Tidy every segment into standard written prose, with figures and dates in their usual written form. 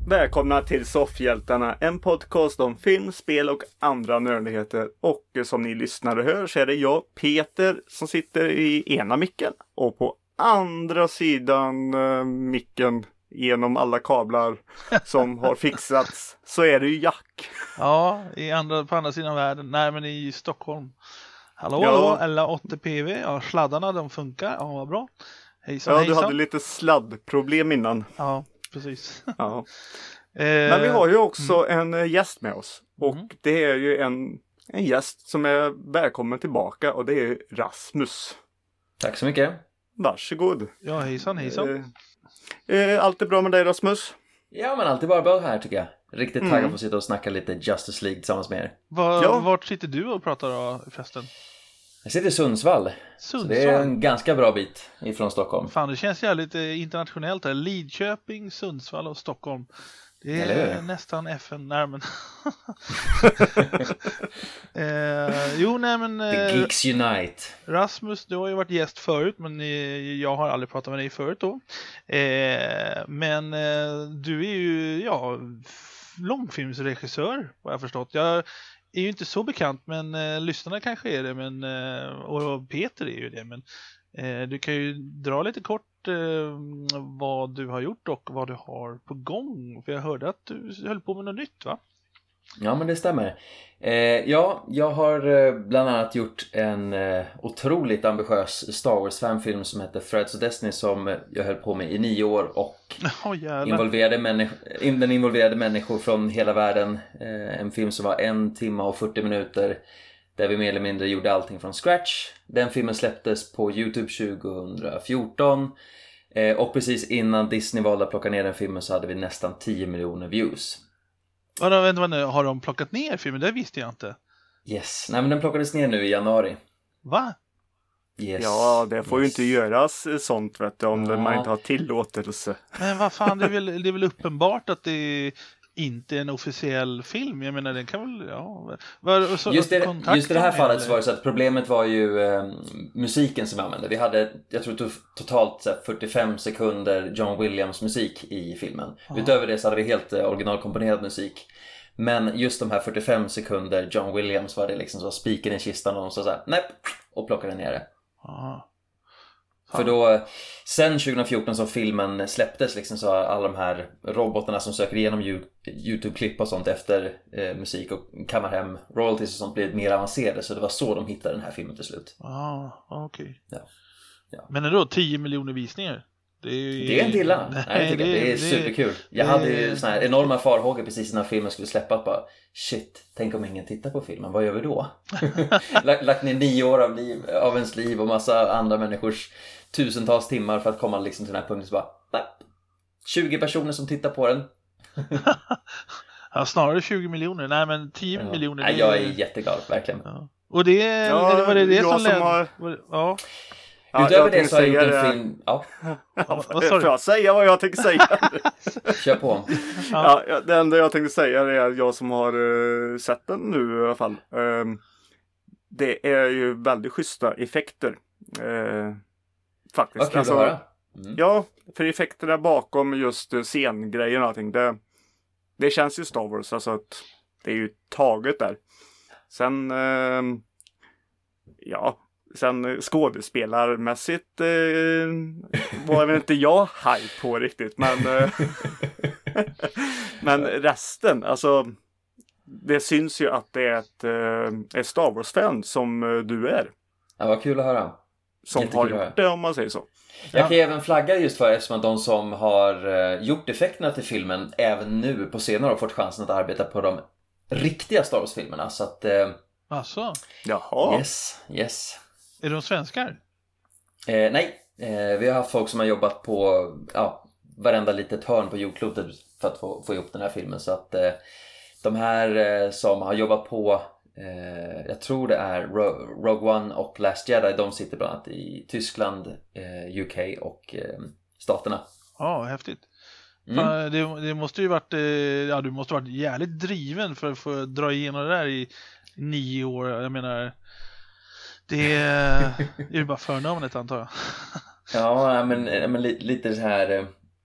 Välkomna till Soffhjältarna, en podcast om film, spel och andra nördigheter. Och som ni lyssnare hör så är det jag, Peter, som sitter i ena micken. Och på andra sidan micken, genom alla kablar som har fixats, så är det ju Jack. Ja, på andra sidan världen. Nej, men i Stockholm. Hallå, Ja. eller 8PV. Ja, sladdarna, de funkar. Ja, vad bra. Hejsan, Ja, hejsan. du hade lite sladdproblem innan. Ja, precis. Ja. Men vi har ju också en gäst med oss. Och det är ju en gäst som är välkommen tillbaka. Och det är Rasmus. Tack så mycket. Varsågod. Ja, hejsan, hejsan. Allt är bra med dig, Rasmus? Ja, men alltid bara bra här tycker jag. Riktigt taggad på att sitta och snacka lite Justice League tillsammans med er. Vart sitter du och pratar då förresten? Jag sitter i Sundsvall. Så det är en ganska bra bit ifrån Stockholm. Fan, det känns jävligt internationellt här. Lidköping, Sundsvall och Stockholm. Det är nästan FN. Nej, men... The Geeks Unite. Rasmus, du har ju varit gäst förut, men jag har aldrig pratat med dig förut då. Men du är ju, långfilmsregissör, vad jag förstått. Jag är ju inte så bekant, men lyssnarna kanske är det, men, och Peter är ju det, men du kan ju dra lite kort vad du har gjort och vad du har på gång. För jag hörde att du höll på med något nytt, va? Ja, men det stämmer. Jag har bland annat gjort en otroligt ambitiös Star Wars-fanfilm som heter Threads of Destiny, som jag höll på med i 9 år och den involverade människor från hela världen. En film som var 1 timme och 40 minuter där vi mer eller mindre gjorde allting från scratch. Den filmen släpptes på YouTube 2014 och precis innan Disney valde att plocka ner den filmen så hade vi nästan 10 miljoner views. Har de plockat ner filmen? Det visste jag inte. Yes, nej men den plockades ner nu i januari. Va? Yes. Ja, det får ju inte göras sånt, vet du, om man inte har tillåtelse. Men vad fan, det är väl uppenbart att det inte är en officiell film. Jag menar, den kan väl... Just i det här fallet så var det så att problemet var ju musiken som vi använde. Vi hade, jag tror totalt 45 sekunder John Williams musik i filmen. Utöver det så hade vi helt originalkomponerad musik. Men just de här 45 sekunder John Williams var det liksom så spiken i kistan och så nej, och plockade ner det. För då, sen 2014 som filmen släpptes liksom, så alla de här robotarna som söker igenom YouTube-klipp och sånt efter musik och kammar hem royalties och sånt blev mer avancerade. Så det var så de hittade den här filmen till slut. Okej. Ja. Men ändå 10 miljoner visningar. Det är inte illa. Nej, det är superkul. Jag hade ju såna här enorma farhågor precis när filmen skulle släppas. Bara, shit, tänk om ingen tittar på filmen. Vad gör vi då? Lagt ner 9 år av ens liv och massa andra människors tusentals timmar för att komma liksom till den här punkten. Så bara, nej, 20 personer som tittar på den. Ja, snarare 20 miljoner. Nej, men 10 miljoner. Nej, jag är jätteglad, verkligen. Ja. Och det var det som led... Ja. Utöver det så har jag gjort en film. Får jag säga vad jag tänker säga? Kör på. Det enda jag tänkte säga är att jag som har sett den nu i alla fall. Det är ju väldigt schyssta effekter. Faktiskt. Vad kul att höra. Ja, för effekterna bakom just scengrejen och allting. Det känns ju Star Wars. Alltså att det är ju taget där. Sen... Sen skådespelarmässigt var väl inte jag hype på riktigt. Men resten, alltså det syns ju att det är ett Star Wars-fan som du är. Ja, vad kul att höra. Som har gjort det, om man säger så. Jag kan även flagga just för, eftersom att de som har gjort effekterna till filmen även nu på senare har fått chansen att arbeta på de riktiga Star Wars-filmerna. Så att... Alltså? Jaha. Yes. Är de svenskar? Nej, vi har haft folk som har jobbat på varenda litet hörn på jordklotet för att få ihop den här filmen. Så att de här som har jobbat på, jag tror det är Rogue One och Last Jedi, de sitter bland annat i Tyskland, UK och Staterna. Ja, häftigt. Det måste ju varit, du måste varit jävligt driven för att få dra igenom det där i 9 år. Jag menar... Det är ju bara förnamnet, antar jag. Ja, men lite så här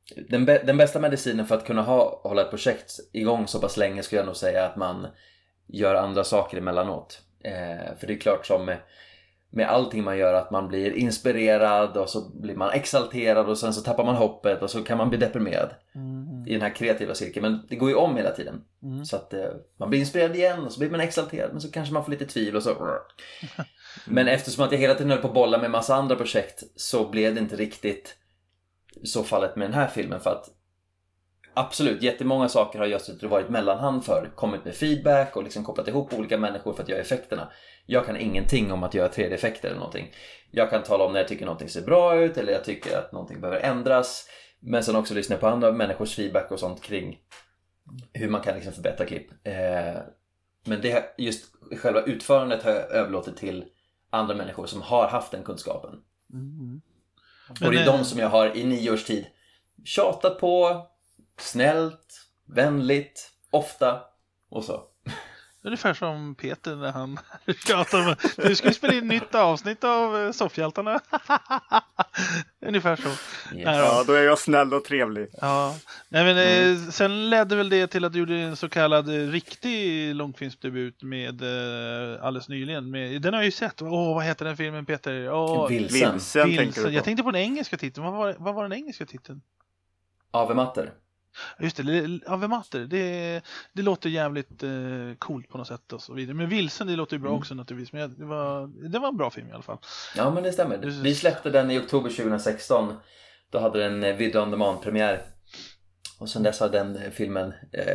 den bästa medicinen för att kunna hålla ett projekt igång så pass länge skulle jag nog säga att man gör andra saker emellanåt. För det är klart som med allting man gör att man blir inspirerad och så blir man exalterad och sen så tappar man hoppet och så kan man bli deprimerad i den här kreativa cirkeln. Men det går ju om hela tiden. Så att man blir inspirerad igen och så blir man exalterad men så kanske man får lite tvivel och så. Men eftersom att jag hela tiden höll på att bolla med massa andra projekt så blev det inte riktigt så fallet med den här filmen för att absolut, jättemånga saker har just varit mellanhand för, kommit med feedback och liksom kopplat ihop olika människor för att göra effekterna. Jag kan ingenting om att göra 3D-effekter eller någonting. Jag kan tala om när jag tycker någonting ser bra ut eller jag tycker att någonting behöver ändras. Men sen också lyssna på andra människors feedback och sånt kring hur man kan liksom förbättra klipp. Men det just själva utförandet har jag överlåtit till andra människor som har haft den kunskapen. Och det är de som jag har i 9 års tid tjatat på snällt, vänligt, ofta och så. Ungefär som Peter när han tjatar om nu ska vi spela in nytt avsnitt av Soffhjältarna. Ungefär så. Yes. Ja, då är jag snäll och trevlig. Ja. Nej, men sen ledde väl det till att du gjorde en så kallad riktig långfilmsdebut med alldeles nyligen. Den har jag ju sett. Vad heter den filmen, Peter? Vilsen. Jag tänkte på den engelska titeln. Vad var den engelska titeln? Ave Mater. Just det, Ave Mater. Det låter jävligt coolt på något sätt och så vidare. Men Vilsen, det låter ju bra också naturligtvis. Men det var en bra film i alla fall. Ja, men det stämmer. Vi släppte den i oktober 2016. Då hade den video on demand premiär. Och sen dess har den filmen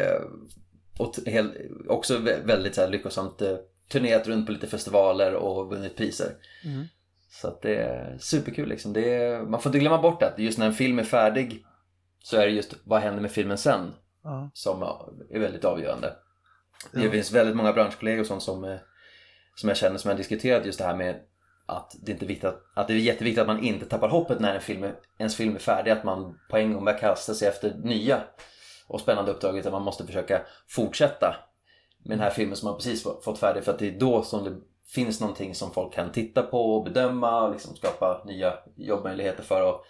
också väldigt så här lyckosamt turnerat runt på lite festivaler och vunnit priser. Så att det är superkul liksom. Man får inte glömma bort att just när en film är färdig så är det just vad händer med filmen sen som är väldigt avgörande. Det finns väldigt många branschkollegor och sånt som jag känner som har diskuterat just det här med att det inte är viktigt att det är jätteviktigt att man inte tappar hoppet när ens film är färdig, att man på en gång börjar kasta sig efter nya och spännande uppdrag, att man måste försöka fortsätta med den här filmen som man precis fått färdig, för att det är då som det finns någonting som folk kan titta på och bedöma och liksom skapa nya jobbmöjligheter för. Och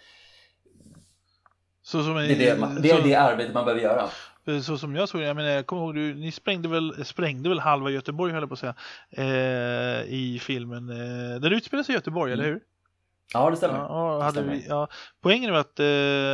det är det arbetet man behöver göra. Så som jag såg det, jag kommer ihåg, ni sprängde väl halva Göteborg, höll jag på att säga, i filmen. Den utspelar sig i Göteborg, eller hur? Ja, det stämmer. Poängen var att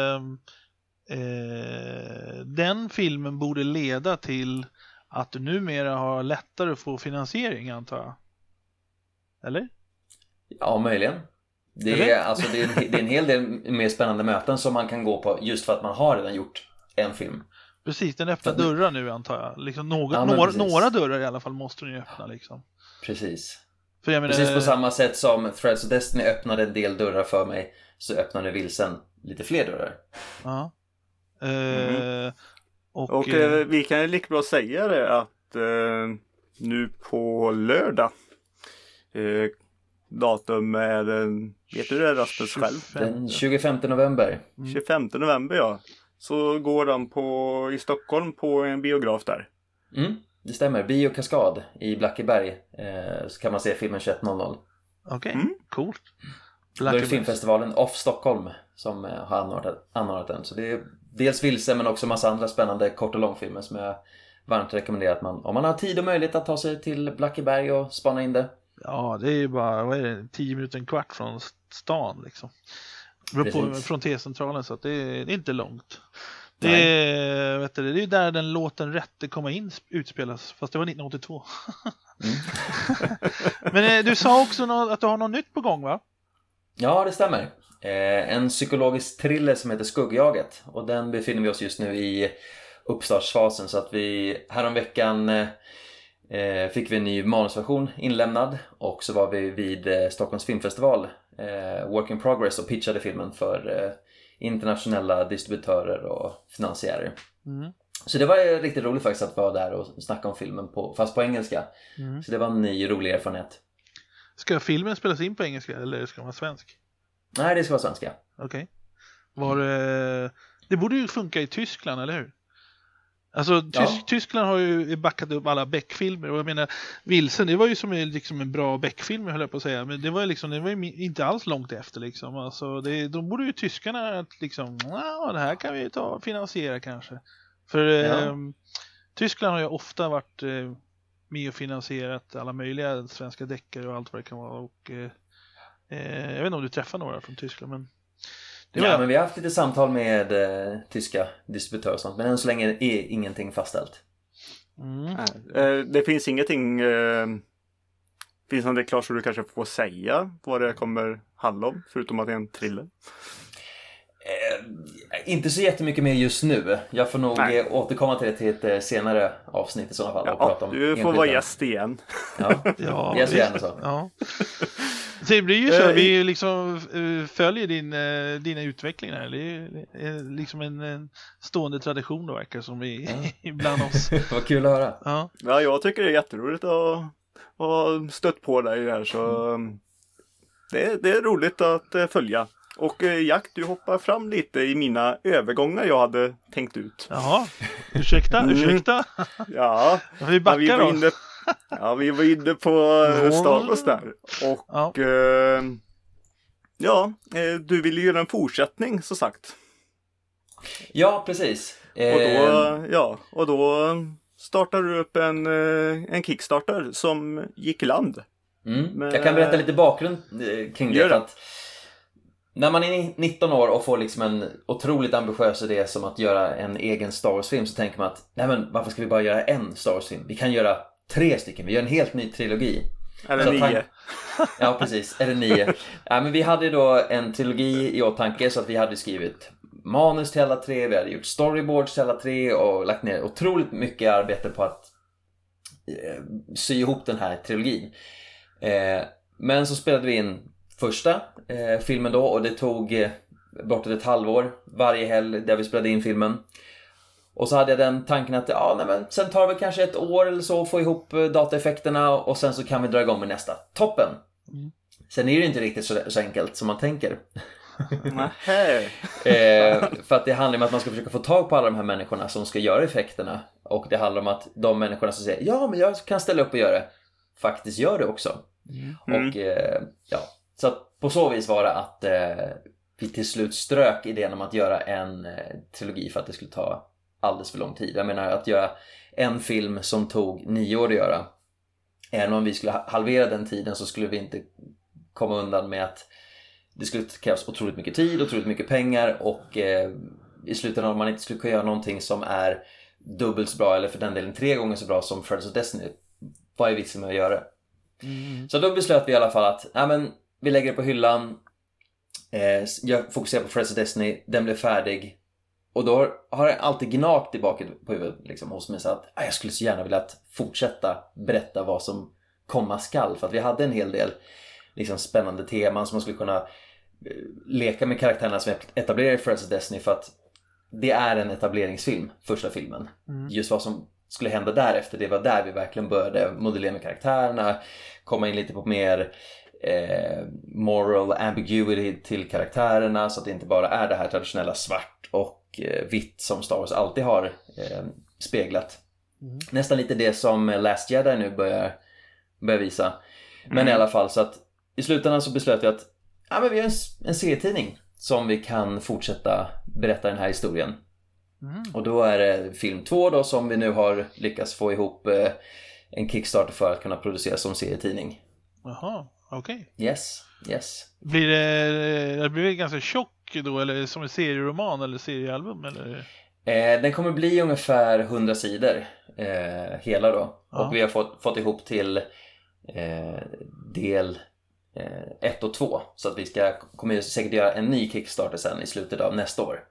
den filmen borde leda till att du numera har lättare att få finansiering, antar jag. Eller? Ja, möjligen. Det är en hel del mer spännande möten som man kan gå på just för att man har redan gjort en film. Precis, den öppnar dörrar nu, antar jag. Liksom några dörrar i alla fall måste den ju öppna liksom. Precis. För jag menar, precis på samma sätt som Threads of Destiny öppnade en del dörrar för mig, så öppnade Vilsen lite fler dörrar. Ja. Och vi kan ju lika bra säga det att nu på lördag datum är vet du det, Rasmus själv? Den 25 november. 25 november, ja. Så går den i Stockholm på en biograf där. Det stämmer. Bio Kaskad i Blackeberg. Så kan man se filmen 21.00. Okej, coolt. Då är det filmfestivalen Off Stockholm som har anordnat den. Så det är dels Vilse men också massa andra spännande kort- och långfilmer som jag varmt rekommenderar att man, om man har tid och möjlighet, att ta sig till Blackeberg och spana in det. Ja, det är ju bara 10 minuter, en kvart från stan liksom. Från T-centralen, så att det är inte långt. Det är ju där den låten Rätte komma in utspelas, fast det var 1982. Men du sa också att du har något nytt på gång, va? Ja, det stämmer. En psykologisk thriller som heter Skuggjaget, och den befinner vi oss just nu i uppstartsfasen, så att vi häromveckan fick vi en ny manusversion inlämnad, och så var vi vid Stockholms filmfestival Work in Progress och pitchade filmen för internationella distributörer och finansiärer. Så det var riktigt roligt faktiskt att vara där och snacka om filmen fast på engelska. Så det var en ny rolig erfarenhet. Ska filmen spelas in på engelska eller ska den vara svensk? Nej, det ska vara svenska. Okej. Det borde ju funka i Tyskland, eller hur? Alltså Tyskland har ju backat upp alla Beck-filmer, och jag menar Vilsen, det var ju som liksom en bra Beck-film, höll jag på att säga, men det var ju inte alls långt efter liksom. Alltså de borde ju tyskarna liksom, det här kan vi finansiera kanske. För Tyskland har ju ofta varit med och finansierat alla möjliga svenska deckare och allt vad det kan vara, och jag vet inte om du träffar några från Tyskland, men men vi har haft lite samtal med tyska distributörer och sånt, men än så länge är ingenting fastställt. Det finns ingenting, finns det klart så du kanske får säga vad det kommer handla om, förutom att det är en thriller? Inte så jättemycket mer just nu. Jag får nog återkomma till det till ett senare avsnitt i sådana fall. Och prata om du får vara gäst igen. Gäst igen så. Ja. Så det blir ju så, vi liksom följer dina utvecklingar. Det är liksom en stående tradition då, verkar som vi ibland oss. Vad kul att höra. Ja, jag tycker det är jätteroligt att stött på dig där, så det är roligt att följa. Och Jack, du hoppar fram lite i mina övergångar jag hade tänkt ut. Jaha, ursäkta. Ja, vi backar då. Vi var inne på Star Wars där. Och du ville göra en fortsättning, så sagt. Ja, precis. Och då startar du upp en Kickstarter som gick i land. Jag kan berätta lite bakgrund kring det. För att när man är 19 år och får liksom en otroligt ambitiös idé som att göra en egen Star Wars-film, så tänker man att varför ska vi bara göra en Star Wars-film? Vi kan göra 3 stycken, vi gör en helt ny trilogi. Eller 9. Ja, precis, eller 9. Men vi hade då en trilogi i åtanke, så att vi hade skrivit manus till alla 3, vi hade gjort storyboards till alla 3 och lagt ner otroligt mycket arbete på att sy ihop den här trilogin. Men så spelade vi in första filmen då, och det tog bortåt ett halvår varje helg där vi spelade in filmen. Och så hade jag den tanken att sen tar det kanske ett år eller så att få ihop dataeffekterna, och sen så kan vi dra igång med nästa. Toppen! Sen är det inte riktigt så enkelt som man tänker. För att det handlar om att man ska försöka få tag på alla de här människorna som ska göra effekterna. Och det handlar om att de människorna som säger men jag kan ställa upp och göra det, faktiskt gör det också. Och så att på så vis var det att vi till slut strök idén om att göra en trilogi, för att det skulle ta alldeles för lång tid. Jag menar, att göra en film som tog 9 år att göra, även om vi skulle halvera den tiden, så skulle vi inte komma undan med att det skulle krävas otroligt mycket tid, otroligt mycket pengar, och i slutändan om man inte skulle kunna göra någonting som är dubbelt så bra, eller för den delen 3 gånger så bra som Threads of Destiny, vad är vitsen med att göra? Så då beslöt vi i alla fall att vi lägger det på hyllan. Jag fokuserar på Threads of Destiny, den blev färdig, och då har jag alltid gnagt tillbaka på huvudet liksom, hos mig, så att jag skulle så gärna vilja att fortsätta berätta vad som komma skall, för att vi hade en hel del liksom spännande teman som man skulle kunna leka med karaktärerna som etablerar i Threads of Destiny, för att det är en etableringsfilm, första filmen. Just vad som skulle hända därefter, det var där vi verkligen började modellera med karaktärerna, komma in lite på mer moral ambiguity till karaktärerna, så att det inte bara är det här traditionella svart och vitt som Star Wars alltid har speglat. Nästan lite det som Last Jedi nu börjar visa. Men i alla fall, så att i slutändan så beslöt vi att vi har en serietidning som vi kan fortsätta berätta den här historien. Och då är det film 2 då, som vi nu har lyckats få ihop en Kickstarter för att kunna producera som serietidning. Jaha, okej. Yes. Blir det ganska tjock då, eller som en serieroman eller seriealbum, eller? Den kommer bli ungefär 100 sidor hela då. Och vi har fått ihop till del 1 och 2, så att vi kommer säkert göra en ny Kickstarter sen i slutet av nästa år.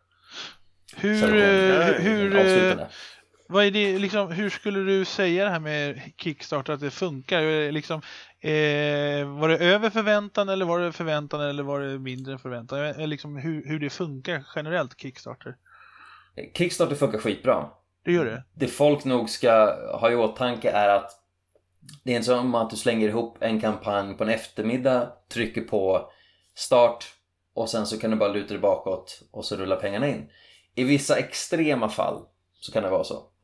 Vad är det liksom, hur skulle du säga det här med Kickstarter att det funkar? Liksom, var det över förväntan, eller var det förväntan, eller var det mindre förväntan? Liksom, hur det funkar generellt, Kickstarter? Kickstarter funkar skitbra. Det gör det. Det folk nog ska ha i åtanke är att det är inte som att du slänger ihop en kampanj på en eftermiddag, trycker på start och sen så kan du bara luta dig bakåt och så rullar pengarna in. I vissa extrema fall så kan det vara så.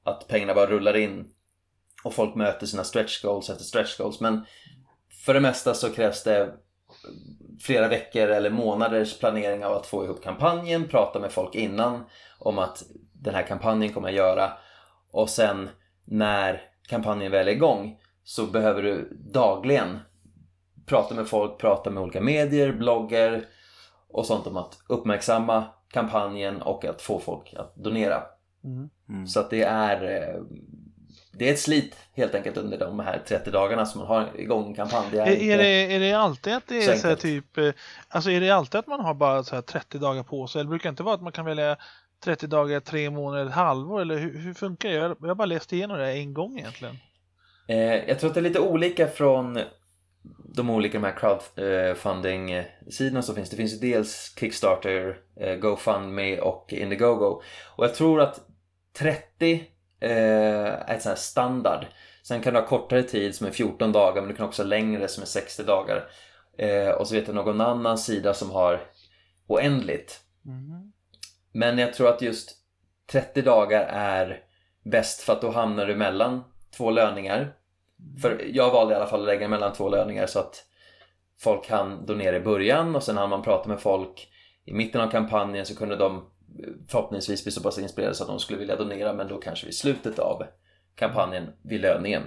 att pengarna bara rullar in och folk möter sina stretch goals efter stretch goals. Men för det mesta så krävs det flera veckor eller månaders planering av att få ihop kampanjen, prata med folk innan om att den här kampanjen kommer jag göra, och sen när kampanjen väl är igång så behöver du dagligen prata med folk, prata med olika medier, bloggar och sånt om att uppmärksamma kampanjen och att få folk att donera. Så att det är ett slit helt enkelt under de här 30 dagarna som man har igång en kampanj. Är det alltid att det är så här typ, alltså är det alltid att man har bara så här 30 dagar på sig, eller brukar det inte vara att man kan välja 30 dagar, 3 månader, ett halvår, eller hur funkar det? Jag har bara läst igenom det en gång egentligen. Jag tror att det är lite olika från de olika de här crowdfunding-sidorna som finns. Det finns ju dels Kickstarter, GoFundMe och Indiegogo. Och jag tror att 30 är ett sån här standard. Sen kan du ha kortare tid som är 14 dagar, men du kan också ha längre som är 60 dagar. Och så vet jag någon annan sida som har oändligt. Men jag tror att just 30 dagar är bäst, för att då hamnar du mellan 2 löningar. För jag valde i alla fall att lägga mellan 2 löningar så att folk kan donera i början, och sen när man pratar med folk i mitten av kampanjen så kunde de förhoppningsvis bli så pass inspirerade så att de skulle vilja donera, men då kanske vid slutet av kampanjen vid löningen.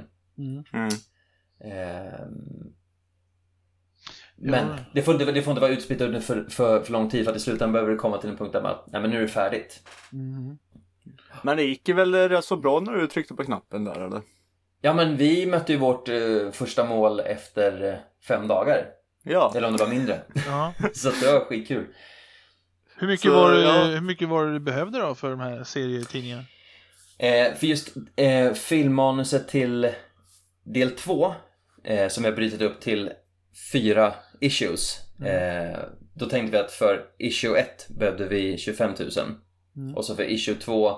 Men det får inte vara utspritt under för lång tid, för att i slutändan behöver det komma till en punkt där man, nej men nu är det färdigt. Men det gick väl rätt så bra när du tryckte på knappen där, eller? Ja, men vi mötte ju vårt första mål efter 5 dagar. Ja. Eller om det var mindre. Ja. Så det var skitkul. Hur mycket var det du behövde då för de här serietidningarna? För just filmmanuset till del 2 som jag brytit upp till 4 issues. Då tänkte vi att för issue 1 behövde vi 25 000. Och så för issue 2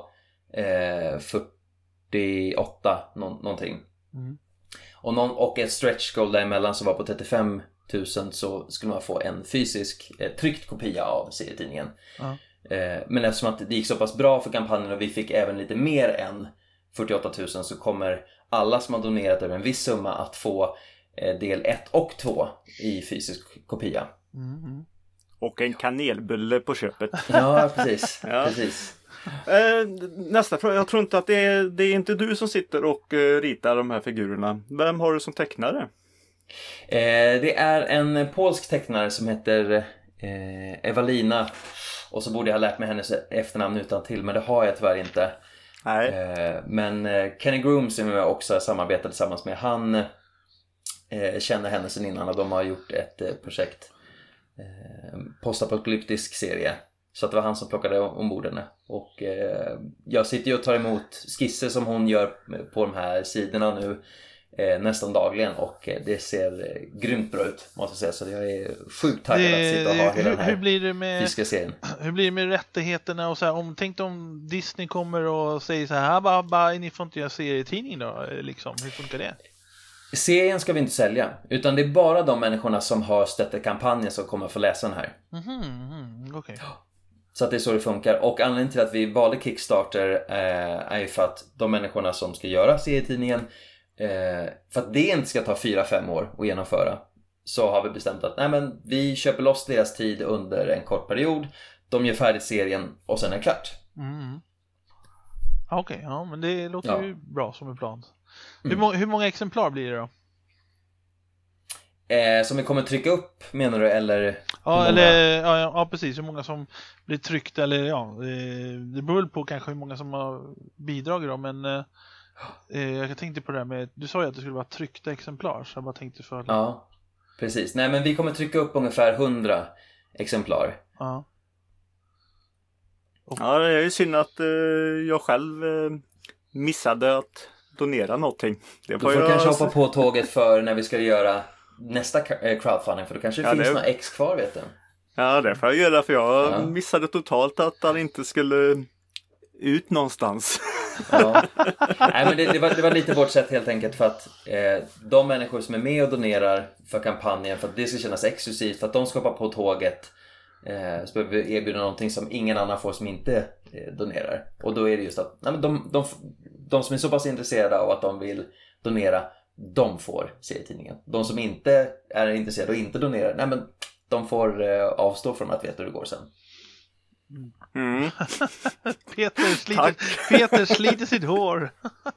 48 någonting. Och ett stretch goal däremellan som var på 35 000, så skulle man få en fysisk tryckt kopia av serietidningen. Men eftersom att det gick så pass bra för kampanjen och vi fick även lite mer än 48 000, så kommer alla som har donerat över en viss summa att få del 1 och 2 i fysisk kopia. Och en kanelbulle på köpet. Ja, precis. Precis. Nästa fråga. Jag tror inte att det är inte du som sitter och ritar de här figurerna. Vem har du som tecknare? Det är en polsk tecknare som heter Evalina. Och så borde jag ha lärt mig hennes efternamn utan till, men det har jag tyvärr inte. Nej. Men Kenny Groom som jag också samarbetar tillsammans med, han känner henne sedan innan, och de har gjort ett projekt, postapokalyptisk serie. Så att det var han som plockade ombord henne. Och jag sitter ju och tar emot skisser som hon gör på de här sidorna nu nästan dagligen. Och det ser grymt bra ut, måste jag säga. Så jag är sjukt taggad att sitta och ha hela den här fysiska serien. Hur blir det med rättigheterna och så här? Tänk om Disney kommer och säger så här, ni får inte göra serietidning då, liksom. Hur funkar det? Serien ska vi inte sälja, utan det är bara de människorna som har stött kampanjen som kommer att få läsa den här. Okay. Så att det är så det funkar. Och anledningen till att vi valde Kickstarter är ju för att de människorna som ska göra serietidningen, för att det inte ska ta 4-5 år att genomföra, så har vi bestämt att nej, men vi köper loss deras tid under en kort period. De gör färdigt serien och sen är det klart. Okej, ja, men det låter ju bra som en plan. Hur många exemplar blir det då? Som vi kommer trycka upp, menar du? Eller ja, precis. Hur många som blir tryckt, eller det beror på kanske hur många som har bidragit då, men jag tänkte på det här med, du sa ju att det skulle vara tryckta exemplar, så jag bara tänkte för... Ja, precis. Nej, men vi kommer trycka upp ungefär 100 exemplar. Ja. Ja, det är ju synd att jag själv missade att donera någonting. Du får kanske hoppa på tåget för när vi ska göra nästa crowdfunding, för då kanske det finns några ex kvar, vet du. Ja, det får jag göra, för jag missade totalt att han inte skulle ut någonstans. Ja. Nej, men det var lite vårt sätt helt enkelt, för att de människor som är med och donerar för kampanjen, för att det ska kännas exklusivt, för att de ska hoppa på tåget, så behöver vi erbjuda någonting som ingen annan får som inte donerar. Och då är det just att nej, men de som är så pass intresserade av att de vill donera, de får serietidningen. De som inte är intresserade och inte donerar, nej men de får avstå från att veta hur det går sen. Peter sliter sitt hår.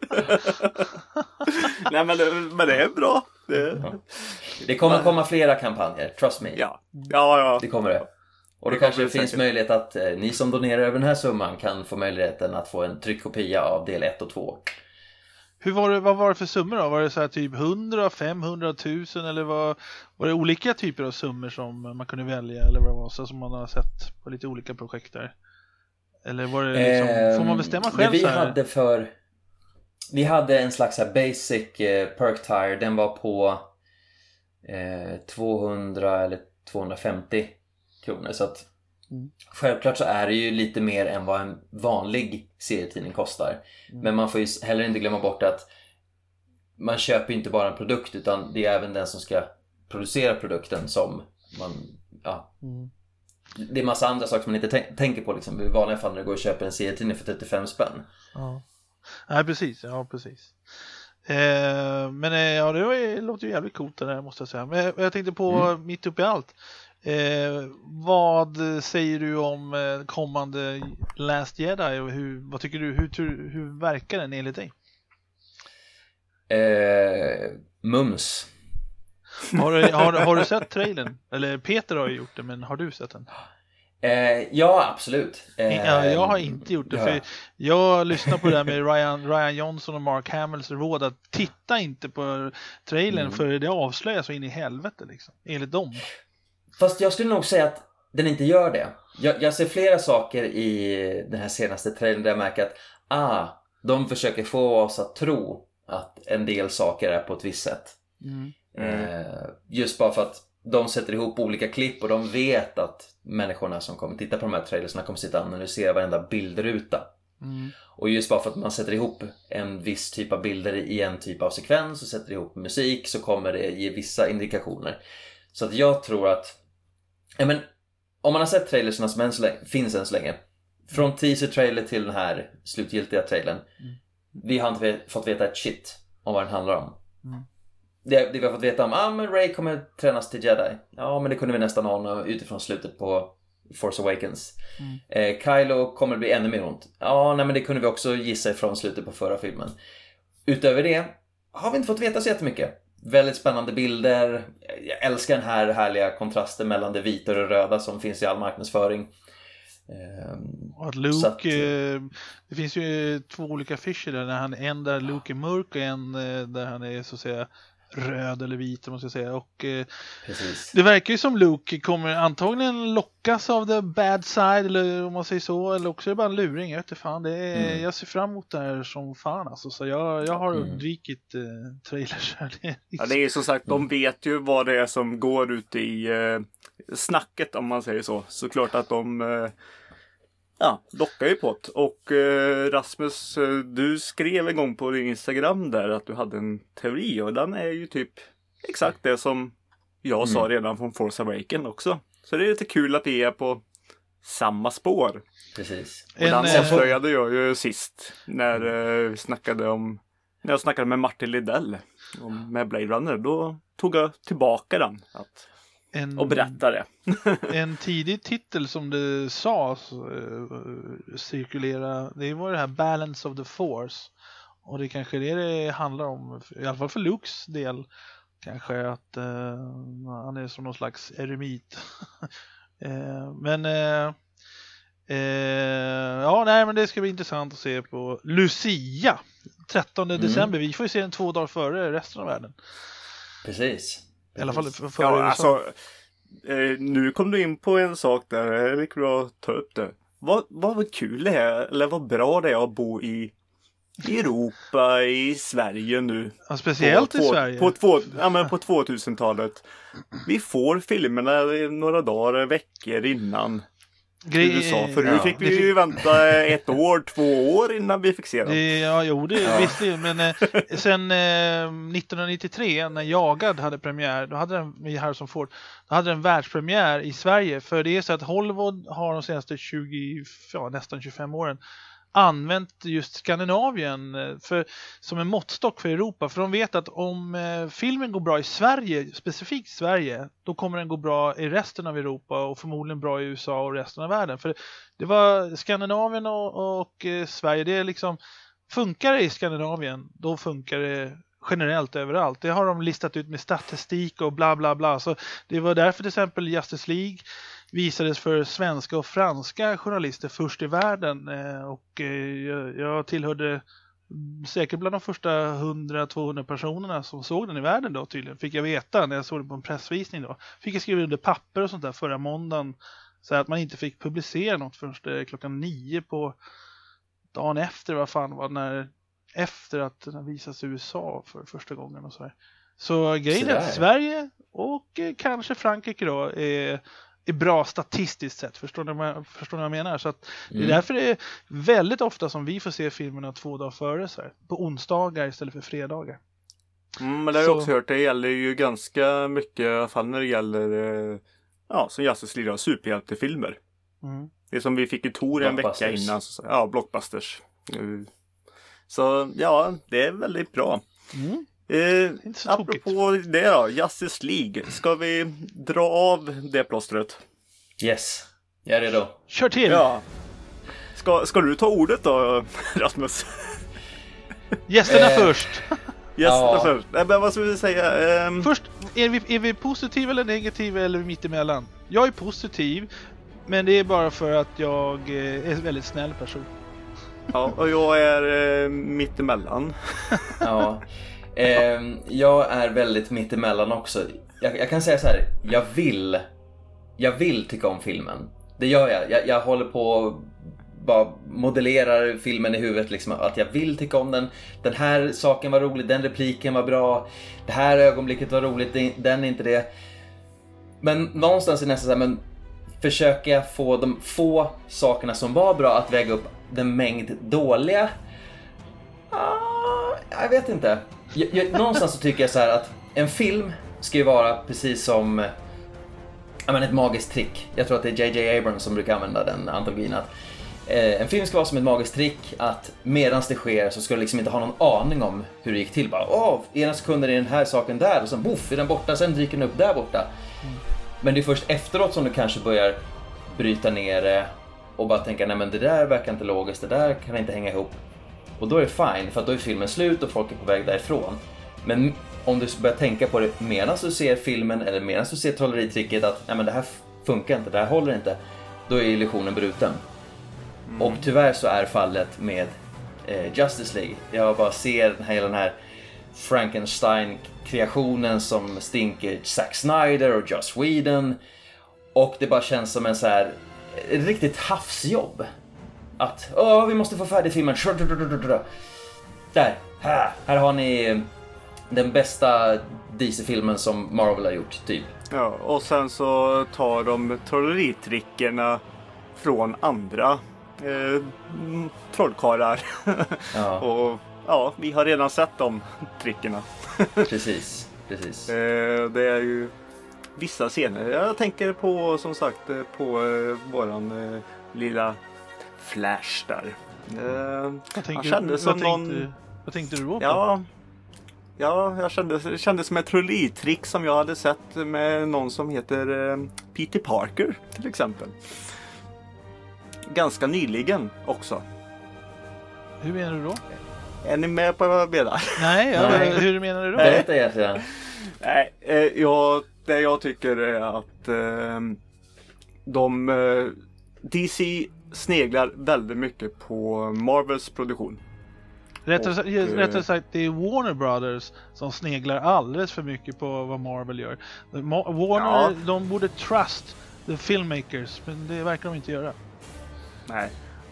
Nej men det är bra. Det kommer komma flera kampanjer, trust me. Ja. Det kommer det. Och då kanske det finns möjlighet att ni som donerar över den här summan kan få möjligheten att få en tryckkopia av del 1 och 2. Vad var det för summor då? Var det så här typ 100, 500, 1000 eller var det olika typer av summor som man kunde välja eller vad det var så som man har sett på lite olika projekt där? Eller var det liksom, får man bestämma själv vi hade en slags här basic perk tire, den var på 200 eller 250 kronor så att självklart så är det ju lite mer än vad en vanlig serietidning kostar. Men man får ju heller inte glömma bort att man köper inte bara en produkt utan det är även den som ska producera produkten som man det är massa andra saker som man inte tänker på liksom. I vanliga fall när du går och köper en serietidning för 35 spänn. Nej, precis. Men det låter ju jävligt coolt det där måste jag säga. Men jag tänkte på mitt uppe i allt. Vad säger du om kommande Last Jedi och vad tycker du, hur verkar den enligt dig? Mums. Har du sett trailern? Eller Peter har ju gjort det, men har du sett den? Ja, absolut. Jag har inte gjort det, för jag lyssnar på det där med Ryan Johnson och Mark Hamills råd att titta inte på trailern för det avslöjar så in i helvete liksom, enligt dem. Fast jag skulle nog säga att den inte gör det. Jag ser flera saker i den här senaste trailern där jag märker att de försöker få oss att tro att en del saker är på ett visst sätt. Just bara för att de sätter ihop olika klipp och de vet att människorna som kommer titta på de här trailersna kommer sitta och analysera varenda bildruta. Och just bara för att man sätter ihop en viss typ av bilder i en typ av sekvens och sätter ihop musik så kommer det ge vissa indikationer. Så att jag tror att om man har sett trailersna som finns än så länge, från teaser-trailer till den här slutgiltiga trailern, vi har inte fått veta ett shit om vad den handlar om. Det vi har fått veta om, men Rey kommer tränas till Jedi. Ja, men det kunde vi nästan ana utifrån slutet på Force Awakens. Kylo kommer bli ännu mer ont. Ja, nej, men det kunde vi också gissa ifrån slutet på förra filmen. Utöver det har vi inte fått veta så jättemycket. Väldigt spännande bilder. Jag älskar den här härliga kontrasten mellan det vita och det röda som finns i all marknadsföring. Att Luke, det finns ju två olika affischer där, en där Luke är mörk och en där han är så att säga röd eller vit, måste jag säga. Och det verkar ju som Luke kommer antagligen lockas av the bad side, eller om man säger så, eller också är det bara en luring. Jag vet inte fan, jag ser fram emot det här som fan alltså, så jag har undvikit trailers här. Det är som sagt, de vet ju vad det är som går ut i snacket, om man säger så. Såklart att de lockar ju på det. Och Rasmus, du skrev en gång på din Instagram där att du hade en teori, och den är ju typ exakt det som jag sa redan från Force Awakens också. Så det är lite kul att vi är på samma spår. Precis. Och den avslöjade jag ju sist när jag snackade med Martin Lidell med Blade Runner. Då tog jag tillbaka den och berättade. En tidig titel som det sades cirkulera, det var det här Balance of the Force, och det kanske det handlar om, i alla fall för Lukes del, kanske att han är som någon slags eremit. Men det ska bli intressant att se på Lucia 13 december. Vi får ju se den 2 dagar före resten av världen. Precis. I alla fall för USA. Alltså, nu kom du in på en sak där. Det är mycket bra att ta upp det. Vad kul det är, eller vad bra det är att bo i Europa, i Sverige nu. Ja, speciellt i Sverige. På 2000-talet. Vi får filmerna några dagar, veckor innan USA. För nu fick vi ju vänta 1 år, 2 år innan vi fick se dem. Visst det. Men sen 1993 när Jagad hade premiär, då hade den i Harrison Ford, då hade den världspremiär i Sverige. För det är så att Hollywood har de senaste nästan 25 åren använt just Skandinavien som en måttstock för Europa. För de vet att om filmen går bra i Sverige, specifikt Sverige, då kommer den gå bra i resten av Europa och förmodligen bra i USA och resten av världen. För det var Skandinavien och Sverige, det är liksom, funkar det i Skandinavien, då funkar det generellt överallt. Det har de listat ut med statistik och bla bla bla. Så det var därför till exempel Justice League visades för svenska och franska journalister först i världen. Och jag tillhörde säkert bland de första 100-200 personerna som såg den i världen då tydligen. Fick jag veta när jag såg det på en pressvisning då. Fick jag skriva under papper och sånt där förra måndagen. Så att man inte fick publicera något förrän klockan 9 på dagen efter, vad fan var när efter att den visas i USA för första gången och så här. Så grejen är att Sverige och kanske Frankrike då är bra statistiskt sett. Förstår ni vad jag menar? Så att det är därför det är väldigt ofta som vi får se filmerna 2 dagar före så här, på onsdagar istället för fredagar. Men det har jag också hört, det gäller ju ganska mycket, i alla fall när det gäller som Justice League, superhjältefilmer. Det är som vi fick i Tor en vecka innan. Blockbusters. Så ja, det är väldigt bra. Apropå det då, Justice League. Ska vi dra av det plåstret? Yes, jag är redo. Kör till! Ja. Ska du ta ordet då, Rasmus? Gästerna först! Gästerna först. Men vad ska vi säga? Först, är vi positiva eller negativa eller mittemellan? Jag är positiv, men det är bara för att jag är en väldigt snäll person. Ja, och jag är mittemellan. Ja. Jag är väldigt mittemellan också. Jag kan säga så här, jag vill tycka om filmen. Det gör jag. Jag håller på bara modellerar filmen i huvudet liksom, att jag vill tycka om den. Den här saken var rolig, den repliken var bra. Det här ögonblicket var roligt, den är inte det. Men någonstans är det nästan så här, men försöker jag få de få sakerna som var bra att väga upp den mängd dåliga? Jag vet inte. Någonstans så tycker jag så här att en film ska ju vara precis som ett magiskt trick. Jag tror att det är J.J. Abrams som brukar använda den antologin. Att en film ska vara som ett magiskt trick, att medans det sker så ska du liksom inte ha någon aning om hur det gick till. Bara, ena sekunden är den här saken där och sen boff, är den borta, sen dyker den upp där borta. Men det är först efteråt som du kanske börjar bryta ner det och bara tänka, nej men det där verkar inte logiskt, det där kan inte hänga ihop. Och då är det fine, för att då är filmen slut och folk är på väg därifrån. Men om du börjar tänka på det medan du ser filmen eller medan du ser trolleritricket att nej men det här funkar inte, det här håller inte, då är illusionen bruten. Och tyvärr så är fallet med Justice League. Jag bara ser den här Frankenstein-kreationen som stinker Zack Snyder och Joss Whedon. Och det bara känns som en så här riktigt havsjobb. Att, vi måste få färdig filmen. Där, här har ni den bästa DC-filmen som Marvel har gjort, typ. Ja, och sen så tar de trolleritrickerna från andra trollkarlar. Ja. Och vi har redan sett de trickerna. Precis. Det är ju vissa scener. Jag tänker på, som sagt, på våran lilla Flash där. Vad tänkte du då på? Ja, jag kände som ett trolleritrick som jag hade sett med någon som heter Peter Parker till exempel. Ganska nyligen också. Hur menar du då? Är ni med på vad jag menar? Nej, hur menar du då? Berätta egentligen. Nej, det jag tycker är att DC sneglar väldigt mycket på Marvels produktion. Rättare sagt, det är Warner Brothers som sneglar alldeles för mycket på vad Marvel gör. Warner, de borde trust the filmmakers, men det verkar de inte göra. Nej.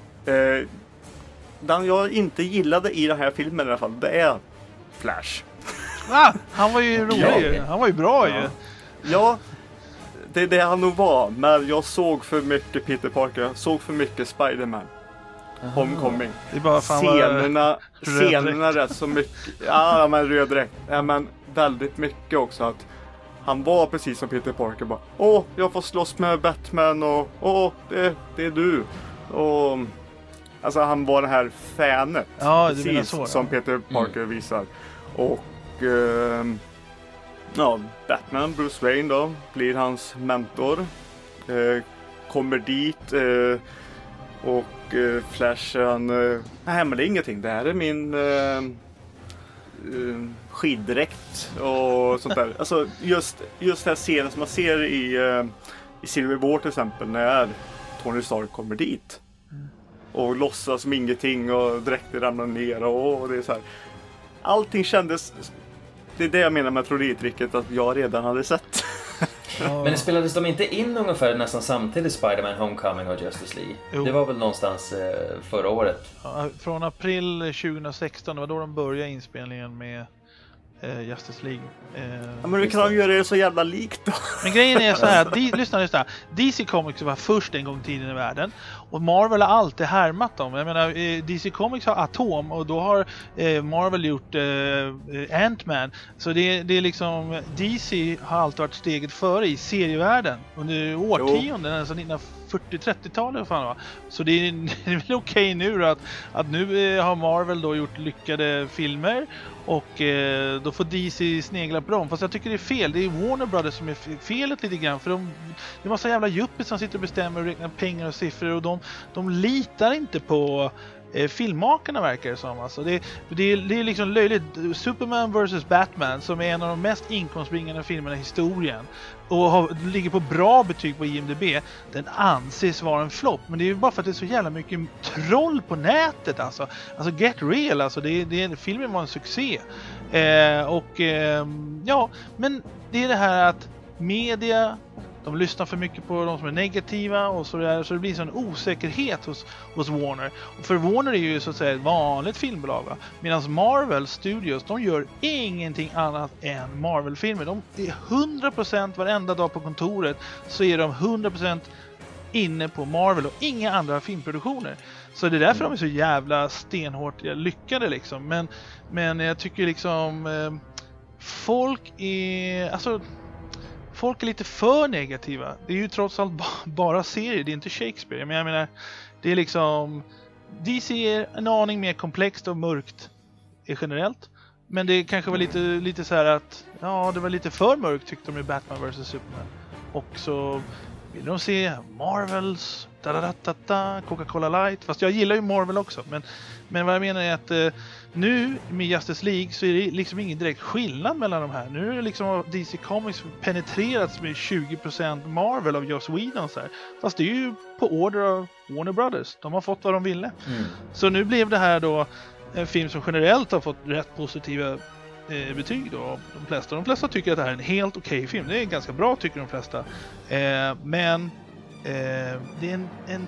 Den jag inte gillade i den här filmen i alla fall, det är Flash. Han var ju rolig. Han var ju bra ju. Ja, det är det han nog var. Men jag såg för mycket Peter Parker. Jag såg för mycket Spider-Man. Homecoming. Det är bara scenerna rätt så mycket. Ja, men röd dräkt. Ja, men väldigt mycket också att han var precis som Peter Parker. Bara, jag får slåss med Batman och det är du. Och Alltså han var det här fanet. Ja, precis så, som Peter Parker visar. Och ja, Batman, Bruce Wayne då, blir hans mentor. Kommer dit och Flash han nej men det är ingenting, det här är min skiddräkt och sånt där. Alltså just den här scenen som man ser i Civil War till exempel, när Tony Stark kommer dit och låtsas som ingenting och dräkten ramlar ner och det är så här. Allting kändes, det är det jag menar med trollitricket, att jag redan hade sett. Men spelades de inte in ungefär nästan samtidigt, Spider-Man Homecoming och Justice League? Jo. Det var väl någonstans förra året? Ja, från april 2016, det var då de började inspelningen med Justice League. Ja, men hur kan de göra det så jävla likt då? Men grejen är så här, lyssna. DC Comics var först en gång i tiden i världen. Och Marvel har alltid härmat dem. Jag menar, DC Comics har Atom och då har Marvel gjort Ant-Man. Så det är liksom, DC har alltid varit steget före i serievärlden under årtionden, alltså 1940-30-talet fan va. Så det är väl okej nu då, att nu har Marvel då gjort lyckade filmer och då får DC snegla på dem. Fast jag tycker det är fel. Det är Warner Brothers som är felet lite grann. För det är massa jävla juppis som sitter och bestämmer och räknar pengar och siffror. Och de litar inte på filmmakarna, verkar det som. Alltså det är liksom löjligt. Superman vs Batman, som är en av de mest inkomstbringande filmerna i historien och ligger på bra betyg på IMDb, den anses vara en flopp. Men det är ju bara för att det är så jävla mycket troll på nätet. Alltså get real, alltså filmen var en succé. Ja, men det är det här att media, de lyssnar för mycket på de som är negativa och så det blir en osäkerhet hos Warner. Och för Warner är ju så att säga ett vanligt filmbolag, va? Medan Marvel Studios, de gör ingenting annat än Marvel-filmer. De är 100% varenda dag på kontoret, så är de 100% inne på Marvel och inga andra filmproduktioner. Så det är därför de är så jävla stenhårt lyckade liksom. Men jag tycker liksom folk är lite för negativa. Det är ju trots allt bara serier, det är inte Shakespeare. Men jag menar, det är liksom, DC är en aning mer komplext och mörkt generellt. Men det kanske var lite så här att det var lite för mörkt, tyckte de i Batman vs Superman. Och så vill de se Marvels Coca-Cola Light. Fast jag gillar ju Marvel också. Men vad jag menar är att nu med Justice League så är det liksom ingen direkt skillnad mellan de här. Nu är det liksom DC Comics penetrerats med 20% Marvel av Joss Whedon så här. Fast det är ju på order av Warner Brothers. De har fått vad de ville. Så nu blev det här då en film som generellt har fått rätt positiva betyg då. De flesta tycker att det här är en helt okej film. Det är ganska bra, tycker de flesta. Men det är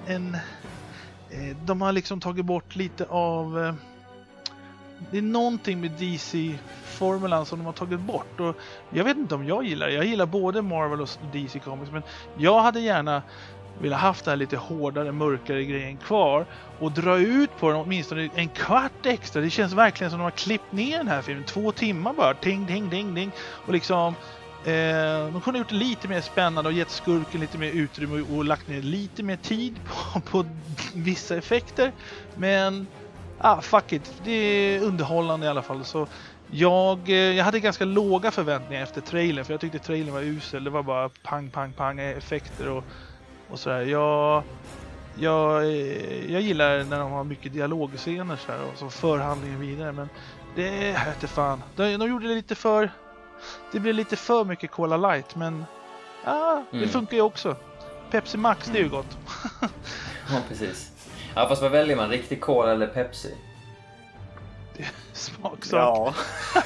de har liksom tagit bort lite av det är någonting med DC-formulan som de har tagit bort, och jag vet inte om jag gillar både Marvel och DC Comics, men jag hade gärna velat haft det här lite hårdare, mörkare grejen kvar och dra ut på den åtminstone en kvart extra. Det känns verkligen som de har klippt ner den här filmen 2 timmar bara, ding ding ding ding, och liksom de kunde gjort det lite mer spännande och gett skurken lite mer utrymme och lagt ner lite mer tid på vissa effekter. Men fuck it, det är underhållande i alla fall. Så jag hade ganska låga förväntningar efter trailern, för jag tyckte trailern var usel. Det var bara pang pang pang effekter och sådär. Jag gillar när de har mycket dialogscener så här, och så förhandlingen vidare, men det hette fan. De gjorde det lite för, det blev lite för mycket Cola Light, men det funkar ju också. Pepsi Max, det är ju gott. Ja, precis. Ja, fast vad väljer man? Riktig Cola eller Pepsi? Det är smaksak.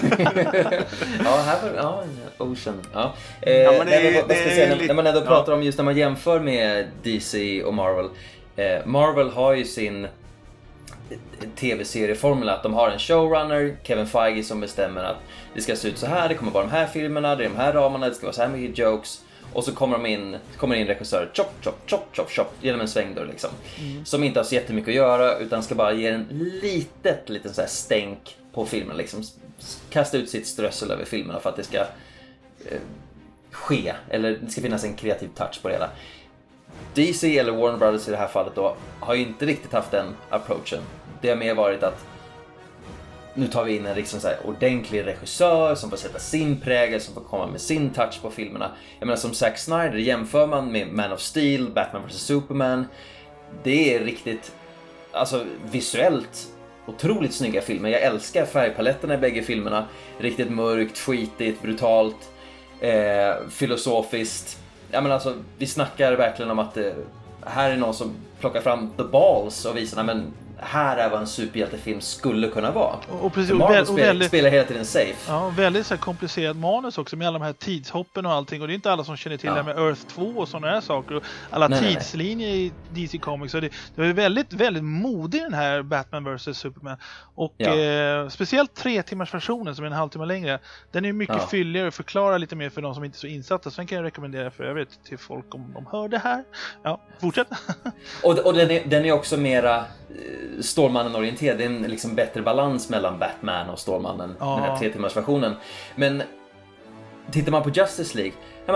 Ja, Ocean. Ja. När man ändå pratar om, just när man jämför med DC och Marvel. Marvel har ju sin tv-serieformula, att de har en showrunner, Kevin Feige, som bestämmer att det ska se ut så här, det kommer vara de här filmerna, det är de här ramarna, det ska vara så här mycket jokes. Och så kommer in regissörer, chop genom en svängdörr liksom. Som inte har så jättemycket att göra, utan ska bara ge en liten så här stänk på filmen liksom. Kasta ut sitt strössel över filmerna för att det ska ske, eller det ska finnas en kreativ touch på det hela. DC eller Warner Brothers i det här fallet då har ju inte riktigt haft den approachen. Det har mer varit att nu tar vi in en liksom så här ordentlig regissör som får sätta sin prägel, som får komma med sin touch på filmerna. Jag menar som Zack Snyder, jämför man med Man of Steel, Batman vs Superman, det är riktigt, alltså visuellt otroligt snygga filmer. Jag älskar färgpaletterna i bägge filmerna. Riktigt mörkt, skitigt, brutalt, filosofiskt. Jag menar alltså, vi snackar verkligen om att här är någon som plockar fram the balls och visar, men här är vad en superhjältefilm skulle kunna vara. Och precis, spelar hela tiden safe. Ja, väldigt så här komplicerat manus också med alla de här tidshoppen och allting. Och det är inte alla som känner till det med Earth 2 och sådana här saker. Och alla tidslinjer i DC Comics. Så det är väldigt, väldigt modig den här Batman vs Superman. Och speciellt 3 timmars versionen som är en halvtimme längre. Den är mycket fylligare och förklarar lite mer för de som inte är så insatta. Sen kan jag rekommendera för övrigt till folk om de hör det här. Ja, fortsätt. och den är också mera Stålmannen-orienterad. Det är en liksom bättre balans mellan Batman och Stålmannen, den här 3 timmars versionen. Men tittar man på Justice League,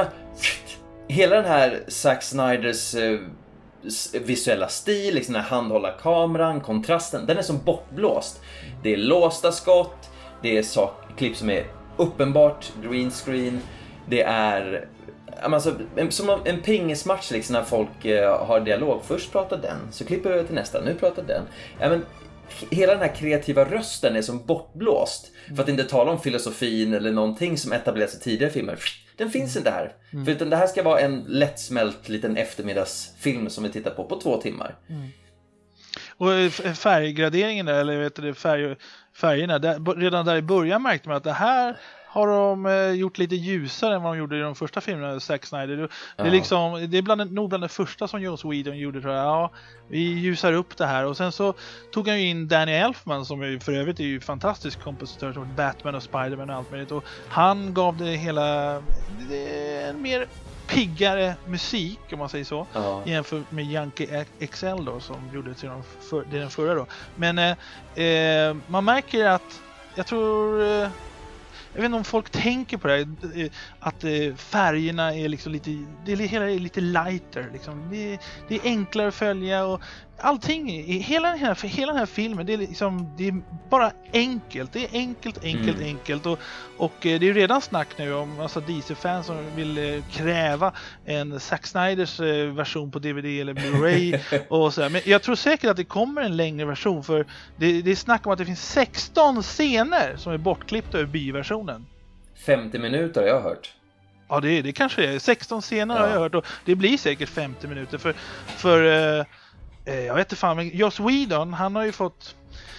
hela den här Zack Snyders visuella stil, liksom den här handhålla kameran, kontrasten, den är som bortblåst. Det är låsta skott, det är klipp som är uppenbart green screen, det är alltså, som en pingismatch liksom, när folk har dialog. Först pratar den, så klipper vi till nästa, nu pratar den. Ja, men hela den här kreativa rösten är som bortblåst. För att inte tala om filosofin eller någonting som etablerats i tidigare filmer. Den finns inte här. För utan det här ska vara en lättsmält liten eftermiddagsfilm som vi tittar på 2 timmar. Och färggraderingen där, eller vet du, färgerna, redan där i början märkte man att det här har de gjort lite ljusare än vad de gjorde i de första filmerna, Zack Snyder. Det är liksom, det är nog bland det första som Joss Whedon gjorde, tror jag. Ja, vi ljusar upp det här. Och sen så tog han ju in Danny Elfman, som är, för övrigt är ju fantastisk kompositör, som Batman och Spider-Man och allt möjligt. Och han gav det hela en mer piggare musik, om man säger så, jämfört med Yankee XL då, som gjorde till den förra då. Men man märker att, jag tror... Jag vet inte om folk tänker på det här, att färgerna är liksom lite, det hela är lite lighter liksom. Det är enklare att följa och allting, hela den här filmen, det är liksom, det är bara enkelt. Det är enkelt och det är ju redan snack nu om massa DC-fans som vill kräva en Zack Snyders version på DVD eller Blu-ray och så här. Men jag tror säkert att det kommer en längre version, för det är snack om att det finns 16 scener som är bortklippta ur byversionen. 50 minuter har jag hört. Ja, det kanske är 16 scener har jag hört, och det blir säkert 50 minuter för jag vet inte fan, men Joss Whedon, han har ju fått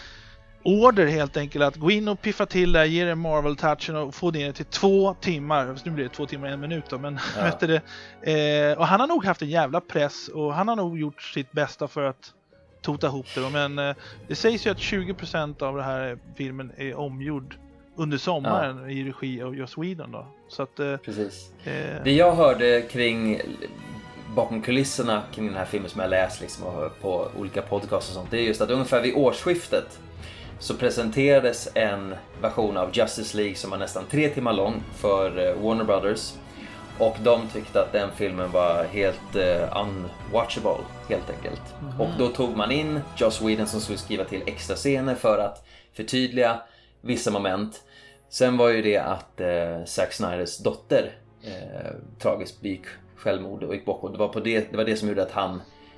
order helt enkelt att gå in och piffa till där, ge det Marvel-touchen och få det till 2 timmar. Nu blir det 2 timmar och 1 minut då, men vet du det? Och han har nog haft en jävla press, och han har nog gjort sitt bästa för att tota ihop det då. Men det sägs ju att 20% av den här filmen är omgjord under sommaren i regi av Joss Whedon då. Så att, precis. Det jag hörde kring bakom kulisserna kring den här filmen som jag läst liksom på olika podcasts och sånt, det är just att ungefär vid årsskiftet så presenterades en version av Justice League som var nästan 3 timmar lång för Warner Brothers, och de tyckte att den filmen var helt unwatchable helt enkelt. Och då tog man in Joss Whedon som skulle skriva till extra scener för att förtydliga vissa moment. Sen var ju det att Zack Snyders dotter tragiskt begick självmord och gick bort, och det var det som gjorde att han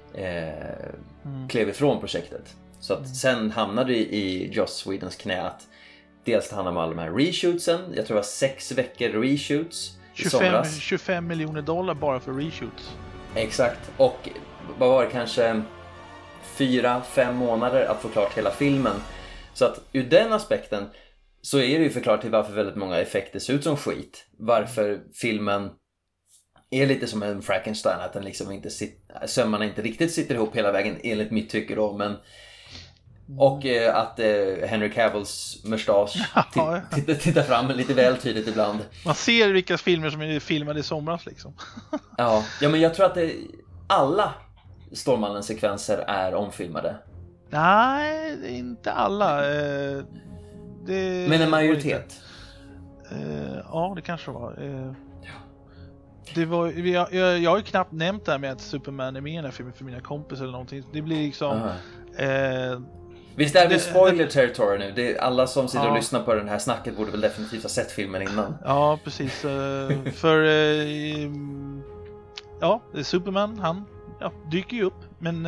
klev ifrån projektet. Så att sen hamnade det i Joss Whedons knä att dels ta hand om alla de här reshootsen. Jag tror det var 6 veckor reshoots i somras. 25 miljoner dollar bara för reshoots. Exakt, och vad var det, kanske 4-5 månader att få klart hela filmen. Så att ur den aspekten så är det ju förklarat till varför väldigt många effekter ser ut som skit. Varför filmen är lite som en Frankenstein, att den liksom inte sömmarna inte riktigt sitter ihop hela vägen enligt mitt tycke då, men och att Henry Cavills mustasch tittar fram lite väl tydligt ibland. Man ser vilka filmer som är filmade i somras liksom. ja, men jag tror att alla Stålmannens sekvenser är omfilmade. Nej, inte alla. Men en majoritet. Ja, det kanske var. Jag har ju knappt nämnt det här med att Superman är med i den här filmen för mina kompisar eller någonting. Det blir liksom... Visst är det spoiler territory nu? Det är alla som sitter och lyssnar på den här snacket borde väl definitivt ha sett filmen innan. Ja, precis. För Superman, han dyker ju upp. Men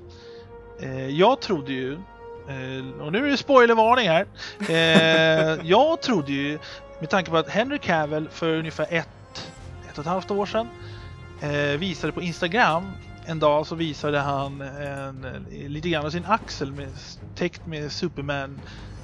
jag trodde ju, och nu är det spoilervarning här. Jag trodde ju, med tanke på att Henry Cavill för ungefär ett och ett halvt år sedan visade på Instagram, en dag så visade han lite grann av sin axel täckt med Superman.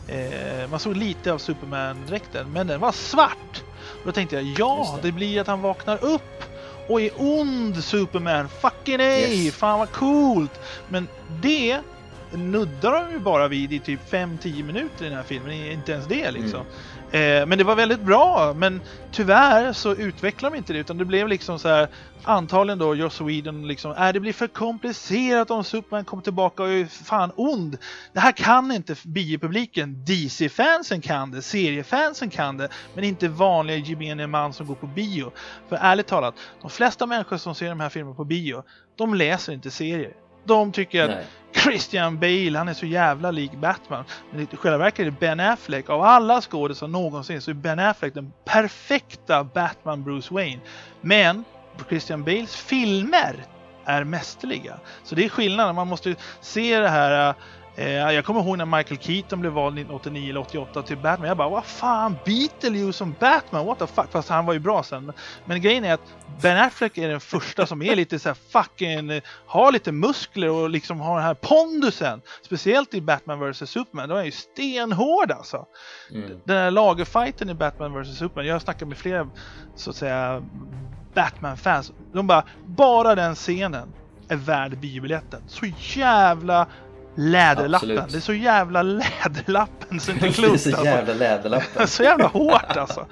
Man såg lite av Superman-dräkten, men den var svart. Och då tänkte jag, det blir att han vaknar upp och är ond Superman. Fucking A, fan vad coolt. Men det nuddar de ju bara vid i typ 5-10 minuter i den här filmen. Inte ens det liksom. Men det var väldigt bra. Men tyvärr så utvecklar de inte det, utan det blev liksom så här, antagligen då Joss Whedon liksom, det blir för komplicerat om Superman kommer tillbaka och är fan ond. Det här kan inte biopubliken. DC-fansen kan det, seriefansen kan det, men inte vanliga gemene man som går på bio. För ärligt talat, de flesta människor som ser de här filmerna på bio, de läser inte serier. De tycker att Christian Bale, han är så jävla lik Batman. Men i själva verket är det Ben Affleck. Av alla skådespelare någonsin så är Ben Affleck den perfekta Batman Bruce Wayne. Men Christian Bales filmer är mästerliga. Så det är skillnaden. Man måste se det här. Jag kommer ihåg när Michael Keaton blev vald 1989 eller 88 till Batman. Jag bara, vad fan, Beetlejuice som Batman, what the fuck. Fast han var ju bra sen. Men grejen är att Ben Affleck är den första som är lite så här fucking, har lite muskler och liksom har den här pondusen. Speciellt i Batman vs Superman. Då är han ju stenhård alltså. Den här lagerfighten i Batman vs Superman. Jag har snackat med flera så att säga Batman-fans. De bara den scenen är värd biobiljetten. Så jävla läderlappen. Absolut. Det är så jävla läderlappen så inte klokt. Det är så jävla läderlappen. Så jävla hårt alltså.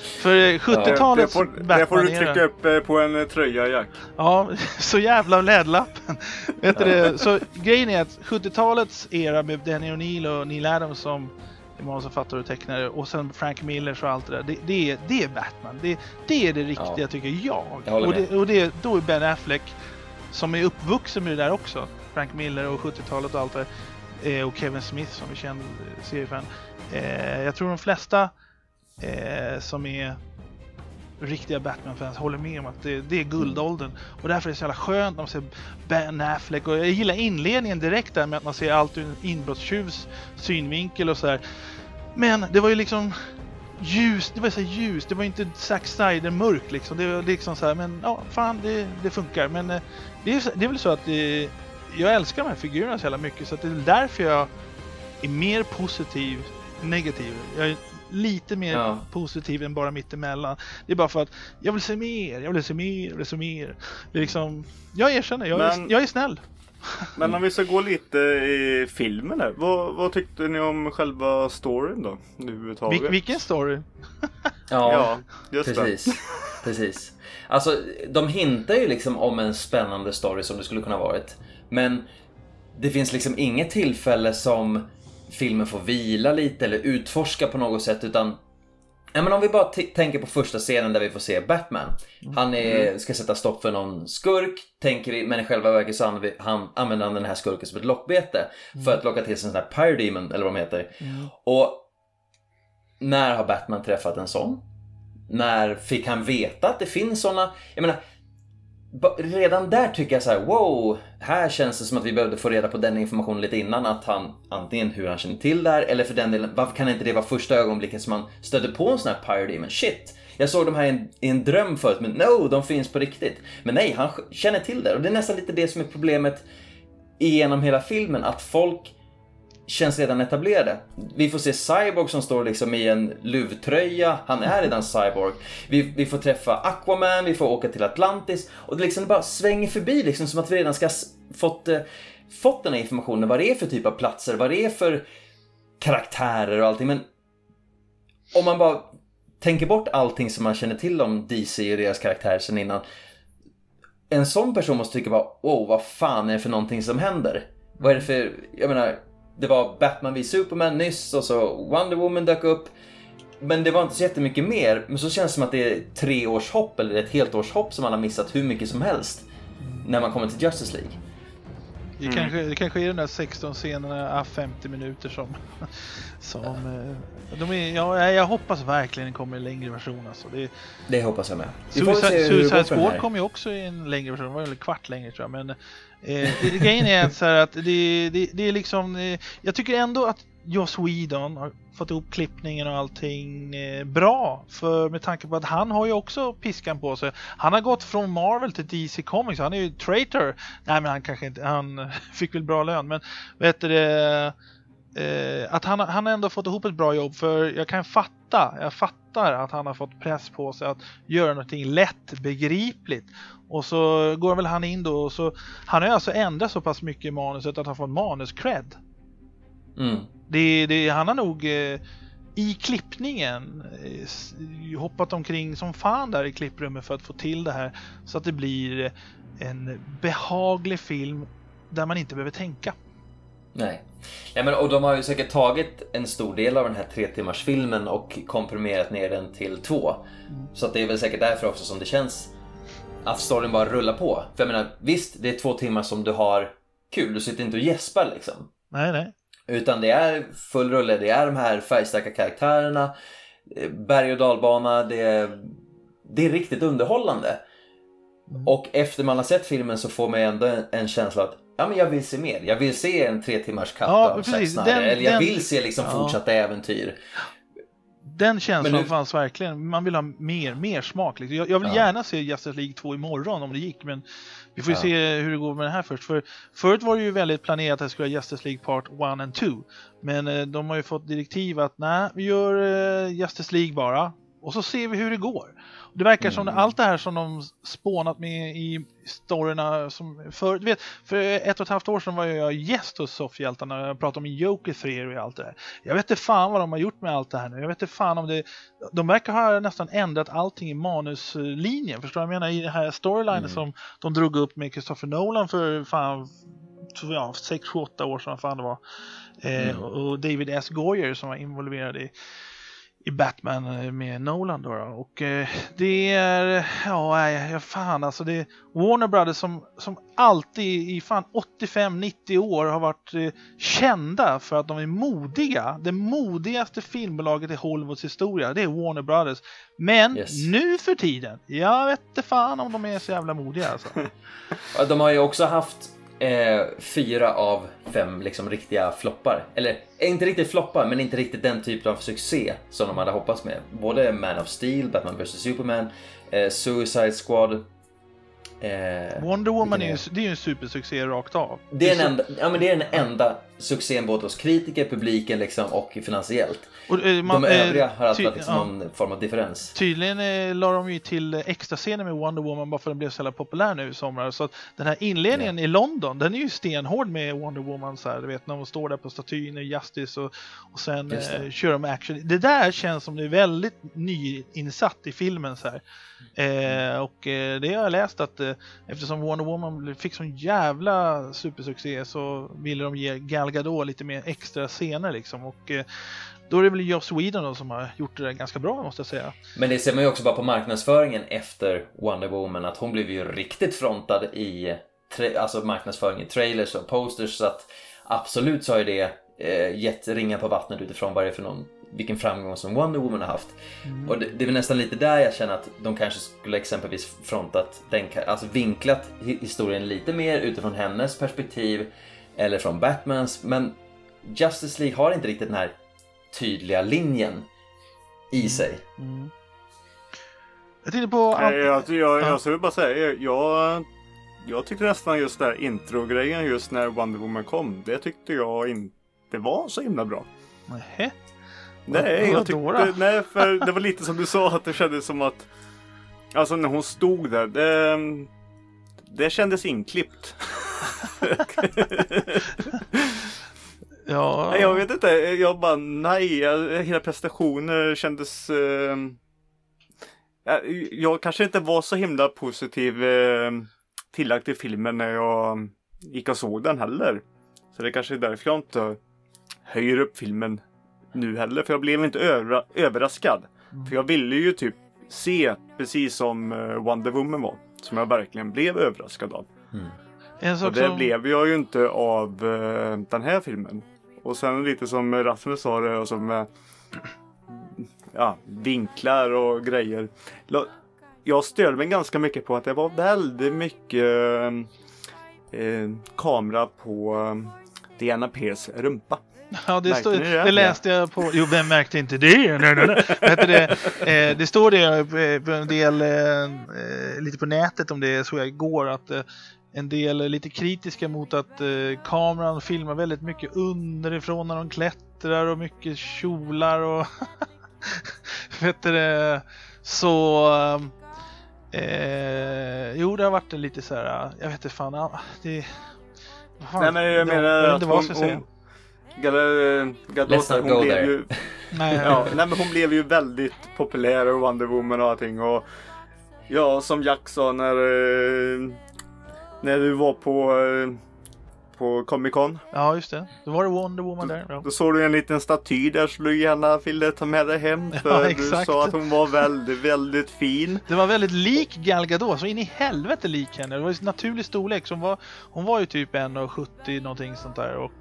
För 70-talets det får du trycka upp på en tröja, Jack. Ja, så jävla läderlappen. Vet du det? Så grejen är att 70-talets era med Danny O'Neill och Neil Adams som manusförfattare och tecknare och sen Frank Miller och allt det där. Det är Batman. Det är det riktiga tycker jag. Då är Ben Affleck som är uppvuxen med det där också. Frank Miller och 70-talet och allt det. Och Kevin Smith som är känd seriefan. Jag tror de flesta som är riktiga Batman-fans håller med om att det är guldåldern. Och därför är det så jävla skönt när man ser Ben Affleck. Och jag gillar inledningen direkt där med att man ser allt ur en inbrottstjuvs synvinkel och så här. Men det var ju liksom ljus, det var så ljus, det var inte Zack Snyder mörk liksom. Det var liksom så här, men ja, fan det funkar. Men det är väl så att jag älskar de här figurerna så jävla mycket, så att det är därför jag är mer negativ. Jag är lite mer positiv än bara mittemellan. Det är bara för att jag vill se mer. Det är liksom, jag erkänner, jag är snäll. Men om vi ska gå lite i filmen här. Vad tyckte ni om själva storyn då? Vilken story? Ja, just precis. Alltså, de hintar ju liksom om en spännande story som det skulle kunna varit. Men det finns liksom inget tillfälle som filmen får vila lite eller utforska på något sätt, utan men om vi bara tänker på första scenen där vi får se Batman. Han ska sätta stopp för någon skurk, tänker vi, men i själva verket så använder han den här skurken som ett lockbete för att locka till sig en sån här Pyre Demon, eller vad de heter. Och när har Batman träffat en sån? När fick han veta att det finns såna? Jag menar, redan där tycker jag så här: wow, här känns det som att vi behövde få reda på den informationen lite innan, att han, antingen hur han känner till det här, eller för den delen, varför kan inte det vara första ögonblicket som man stödde på en sån här Pyre Demon? Shit, jag såg de här i en dröm förut, men de finns på riktigt. Men nej, han känner till det, och det är nästan lite det som är problemet genom hela filmen, att folk känns redan etablerade. Vi får se Cyborg som står liksom i en luvtröja. Han är redan Cyborg. Vi får träffa Aquaman. Vi får åka till Atlantis. Och det liksom bara svänger förbi liksom, som att vi redan ska fått den här informationen. Vad det är för typ av platser. Vad det är för karaktärer och allting. Men om man bara tänker bort allting som man känner till om DC och deras karaktärer sedan innan. En sån person måste tycka bara, wow, vad fan är det för någonting som händer? Vad är det för, jag menar, det var Batman v Superman nyss och så Wonder Woman dök upp. Men det var inte så jättemycket mer. Men så känns det som att det är 3 års hopp eller ett helt års hopp som man har missat hur mycket som helst när man kommer till Justice League. Det kanske är de där 16 scenerna 50 minuter som jag hoppas verkligen det kommer en längre version alltså. Det hoppas jag med. Suicide Squad kommer ju också i en längre version, var väl en kvart längre tror jag, men grejen är så här att det är liksom jag tycker ändå att Joss Whedon har fått ihop klippningen och allting bra, för med tanke på att han har ju också piskan på sig. Han har gått från Marvel till DC Comics, han är ju traitor. Nej, men han kanske inte, han fick väl bra lön, men vet du det, att han har ändå fått ihop ett bra jobb, för jag fattar att han har fått press på sig att göra någonting lätt begripligt. Och så går väl han in då, och så han har alltså ändrat så pass mycket i manuset att han får manus-cred. Han har nog i klippningen hoppat omkring som fan där i klipprummet för att få till det här, så att det blir en behaglig film där man inte behöver tänka. Nej. Ja, men, och de har ju säkert tagit en stor del av den här 3 timmars filmen och komprimerat ner den till 2. Så att det är väl säkert därför också som det känns att storyn bara rullar på. För jag menar, visst, det är 2 timmar som du har kul, du sitter inte och gäspar liksom. Nej. Utan det är full rulle, det är de här färgstarka karaktärerna, berg- och dalbana, det är riktigt underhållande. Och efter man har sett filmen så får man ändå en känsla att ja, men jag vill se mer. Jag vill se en 3 timmars katt av Zack Snyder. Eller jag vill se liksom fortsatta äventyr. Den känslan fanns verkligen. Man vill ha mer smak. Liksom. Jag vill gärna se Justice League 2 imorgon om det gick. Men vi får se hur det går med det här först. Förut var det ju väldigt planerat att det skulle vara Justice League Part 1 and 2. Men de har ju fått direktiv att nej, vi gör Justice League bara. Och så ser vi hur det går. Det verkar som allt det här som de spånat med i storyna som för 1,5 år sedan var jag gäst hos Soffhjältarna och pratade om Joker 3 och allt det där. Jag vet inte fan vad de har gjort med allt det här nu. Jag vet inte fan om det... De verkar ha nästan ändrat allting i manuslinjen. Förstår jag menar? I det här storylinen som de drog upp med Christopher Nolan för fan 6-8 år sedan fan det var. Och David S. Goyer som var involverad i Batman med Nolan då. Och det är fan alltså det är Warner Brothers som alltid i fan 85-90 år har varit kända för att de är modiga. Det modigaste filmbolaget i Hollywoods historia, det är Warner Brothers. Men nu för tiden, jag vet inte fan om de är så jävla modiga alltså. De har ju också haft 4 av 5 liksom riktiga floppar. Eller inte riktigt floppar, men inte riktigt den typen av succé som de hade hoppats med. Både Man of Steel, Batman vs Superman, Suicide Squad, Wonder Woman det är ju en supersuccé rakt av. Det är den enda succén både hos kritiker, publiken liksom, och finansiellt. Och, de övriga har alltid liksom någon form av differens. Tydligen la de ju till extra scener med Wonder Woman bara för att den blev så populär nu i somras. Så att den här inledningen i London, den är ju stenhård med Wonder Woman så här, du vet när de står där på statyn i Justice och sen kör de action. Det där känns som det är väldigt nyinsatt i filmen så här. Och det har jag läst att eftersom Wonder Woman fick sån jävla supersuccé så ville de ge Gal Gadot lite mer extra scener liksom. Och då är det väl Joss Whedon då som har gjort det där ganska bra måste jag säga. Men det ser man ju också bara på marknadsföringen efter Wonder Woman att hon blev ju riktigt frontad i alltså marknadsföring i trailers och posters, så att absolut så har ju det gett ringar på vattnet utifrån vad det är för vilken framgång som Wonder Woman har haft. Och det är väl nästan lite där jag känner att de kanske skulle exempelvis frontat alltså vinklat historien lite mer utifrån hennes perspektiv eller från Batmans, men Justice League har inte riktigt den här tydliga linjen i sig. Jag tänkte på jag skulle bara säga jag tyckte nästan just där intro-grejen just när Wonder Woman kom, det tyckte jag inte var så himla bra. Nähä. Nej, jag tyckte, nej, för det var lite som du sa att det kändes som att alltså när hon stod där det kändes inklippt. Ja. Jag vet inte, jag bara hela prestationen kändes jag kanske inte var så himla positiv tillagt till filmen när jag gick och såg den heller. Så det kanske är därför jag inte höjer upp filmen nu heller. För jag blev inte överraskad. För jag ville ju typ se precis som Wonder Woman var. Som jag verkligen blev överraskad av. Och det blev jag ju inte av den här filmen. Och sen lite som Rasmus sa det, och som vinklar och grejer. Jag störde mig ganska mycket på att det var väldigt mycket kamera på Diana Pearce rumpa. Ja, det läste jag på. Jo, vem märkte inte det? Det står det på en del lite på nätet om det, så jag igår, att en del är lite kritiska mot att kameran filmar väldigt mycket underifrån när de klättrar och mycket kjolar och så jo, det har varit lite så här, jag vet inte fan, nej, men jag menar att hon blev ju väldigt populär och Wonder Woman och allting, och ja, som Jack sa när du var på Comic Con. Ja, just det. Då var det Wonder Woman där. Ja. Då såg du en liten staty där som du gärna ville ta med dig hem. För du sa att hon var väldigt, väldigt fin. Det var väldigt lik Gal Gadot. Så in i helvete lik henne. Det var ju naturlig storlek. Hon var ju typ 1,70 någonting sånt där. Och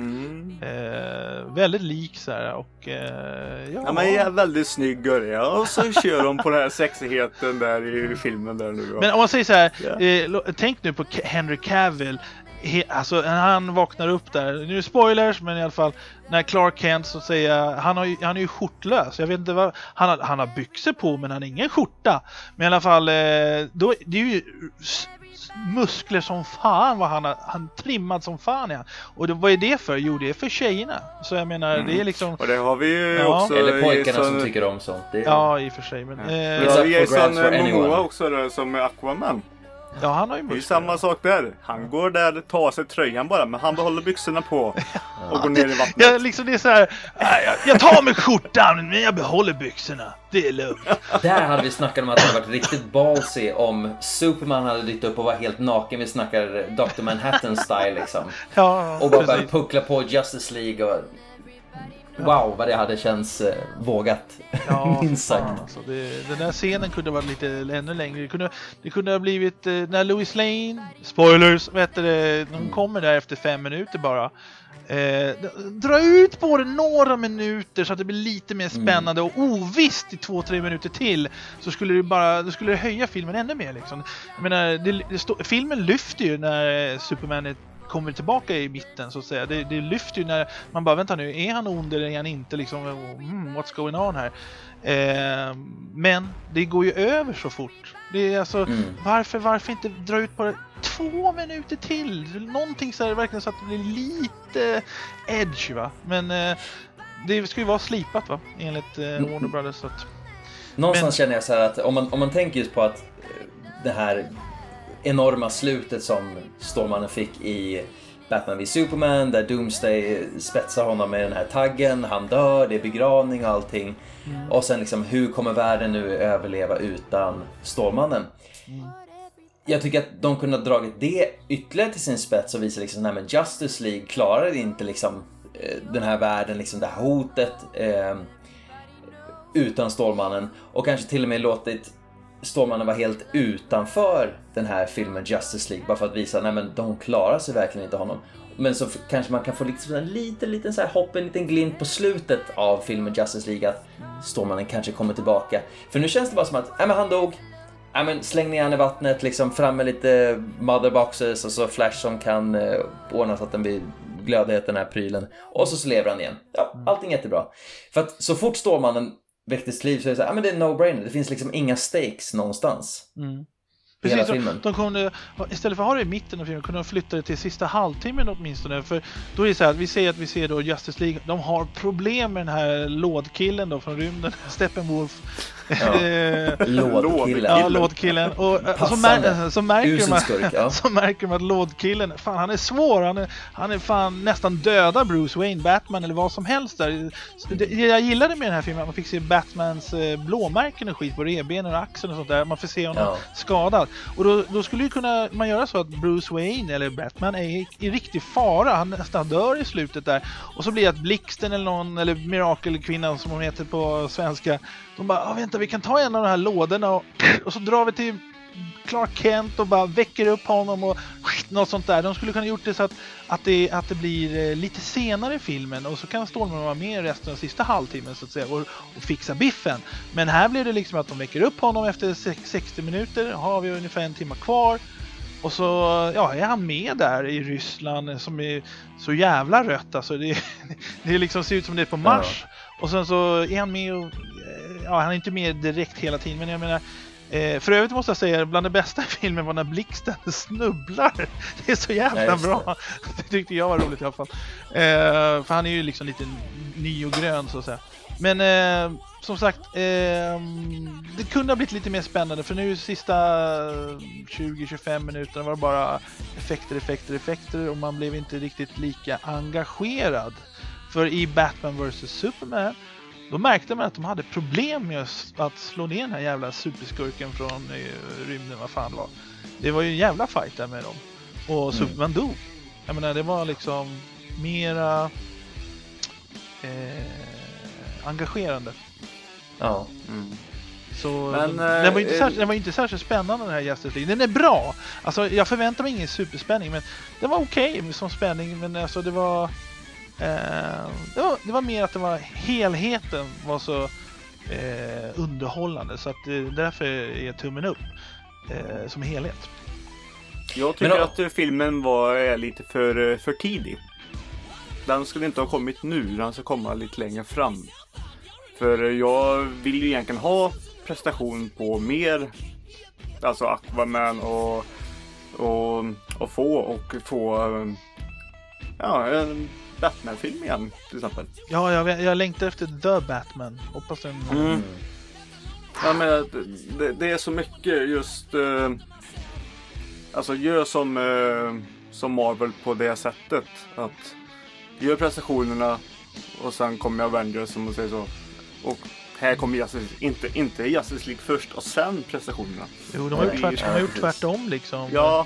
väldigt lik så här. Och, ja, men jag är väldigt snygg. Och så kör de på den här sexigheten där i filmen där nu. Men om man säger så här. Tänk nu på Henry Cavill. Alltså han vaknar upp där. Nu är det spoilers, men i alla fall när Clark Kent så säger han är ju skjortlös. Jag vet inte vad han har byxor på, men han har ingen skjorta. Men i alla fall då det är ju muskler som fan, vad han trimmad som fan är. Och vad är det för? Jo, det är för tjejerna. Så jag menar, det är liksom. Och det har vi ju också. Eller pojkarna som tycker om sånt. Ja, i och för sig, men vi är sån Momoa också där, som Aquaman. Ja, han har ju muskler. Det är samma sak där. Han går där, tar sig tröjan bara, men han behåller byxorna på och går ner i vattnet. Ja, liksom det är så här, jag tar med skjortan, men jag behåller byxorna. Det är lugnt. Där hade vi snackat om att det hade varit riktigt ballsy om Superman hade dykt upp och var helt naken. Vi snackar Dr. Manhattan-style liksom. Ja, och bara började puckla på Justice League och wow, vad det hade känts vågat. Ja, minst sagt. Alltså, den där scenen kunde varit lite ännu längre. Det kunde ha blivit när Lois Lane, spoilers, de kommer där efter 5 minuter bara. Dra ut på det några minuter så att det blir lite mer spännande och ovisst i 2-3 minuter till, så skulle det höja filmen ännu mer liksom. Jag menar, filmen lyfter ju när Superman kommer tillbaka i mitten, så att säga. Det lyfter ju när man bara, vänta nu, är han ond eller är han inte liksom, what's going on här? Men det går ju över så fort. Det är alltså, varför inte dra ut på det 2 minuter till? Någonting så här, verkligen så att det blir lite edge, va? Men det ska ju vara slipat, va? Enligt Warner Brothers. Så att... Någonstans känner jag så här att om man tänker just på att det här enorma slutet som Stålmannen fick i Batman v Superman, där Doomsday spetsar honom med den här taggen, han dör, det är begravning och allting. Och sen liksom, hur kommer världen nu överleva utan Stålmannen? Jag tycker att de kunde ha dragit det ytterligare till sin spets och visa liksom, nej men Justice League klarade inte liksom den här världen, liksom det här hotet utan Stålmannen, och kanske till och med låtit Stålmannen var helt utanför den här filmen Justice League, bara för att visa, nej men de klarar sig verkligen inte honom. Men så kanske man kan få liksom en liten så här hopp, en liten glimt på slutet av filmen Justice League, att Stålmannen kanske kommer tillbaka. För nu känns det bara som att, nej men han dog, nej men släng ner han i vattnet, liksom fram med lite motherboxes och så Flash som kan ordna så att den blir glödhet, den här prylen, och så lever han igen. Ja, allting är jättebra. För att så fort Stålmannen väcktes liv så är det så här, men det är no-brainer. Det finns liksom inga stakes någonstans. Precis, de kunde, istället för att ha det i mitten av filmen, kunde de flytta det till sista halvtimmen åtminstone. För då är det så här att vi ser då Justice League, de har problem med den här lådkillen då från rymden, Steppenwolf. Lådkillen. Ja, lådkillen. Och så märker man att lådkillen, fan han är svår, han är fan nästan döda Bruce Wayne, Batman eller vad som helst där. Jag gillade med den här filmen att man fick se Batmans blåmärken och skit på revbenen och axeln och sånt där. Man får se honom skadad. Och då skulle ju kunna man göra så att Bruce Wayne eller Batman är i riktig fara. Han nästan dör i slutet där. Och så blir det att Blixten eller någon, eller Mirakelkvinnan som hon heter på svenska, de bara, vänta, vi kan ta en av de här lådorna och så drar vi till Clark Kent och bara väcker upp honom och något sånt där. De skulle kunna gjort det så att det blir lite senare i filmen, och så kan Stålman vara med resten av sista halvtimmen så att säga och fixa biffen. Men här blir det liksom att de väcker upp honom efter 60 minuter, har vi ungefär en timme kvar, och så är han med där i Ryssland som är så jävla rött, alltså det liksom ser ut som det är på Mars. Och sen så är han med och han är inte med direkt hela tiden, men jag menar, för övrigt måste jag säga, bland det bästa i filmen var när Blixten snubblar. Det är så jävla bra. Det tyckte jag var roligt i alla fall. För han är ju liksom lite ny och grön så att säga. Men som sagt, det kunde ha blivit lite mer spännande, för nu sista 20-25 minuterna var det bara effekter och man blev inte riktigt lika engagerad. För i Batman vs Superman då märkte man att de hade problem med att slå ner den här jävla superskurken från rymden, vad fan det var. Det var ju en jävla fight där med dem. Och Superman dog. Jag menar, det var liksom mera engagerande. Ja. Så men, den var inte särskilt spännande, den här Justice League. Den är bra. Alltså, jag förväntar mig ingen superspänning, men den var okej som spänning, men alltså det var mer att det var helheten var så underhållande, så att därför är tummen upp som helhet. Jag tycker att filmen är lite för tidig. Den skulle inte ha kommit nu, den ska komma lite längre fram. För jag vill ju egentligen ha prestation på mer, alltså Aquaman och få en Batman-film igen, till exempel. Ja, jag längtar efter The Batman. Hoppas den... Ja, men det är så mycket just... alltså, gör som Marvel på det sättet. Att gör prestationerna och sen kommer Avengers, som man säger så. Och här kommer inte Justice League först och sen prestationerna. Jo, de har gjort tvärtom liksom. Ja.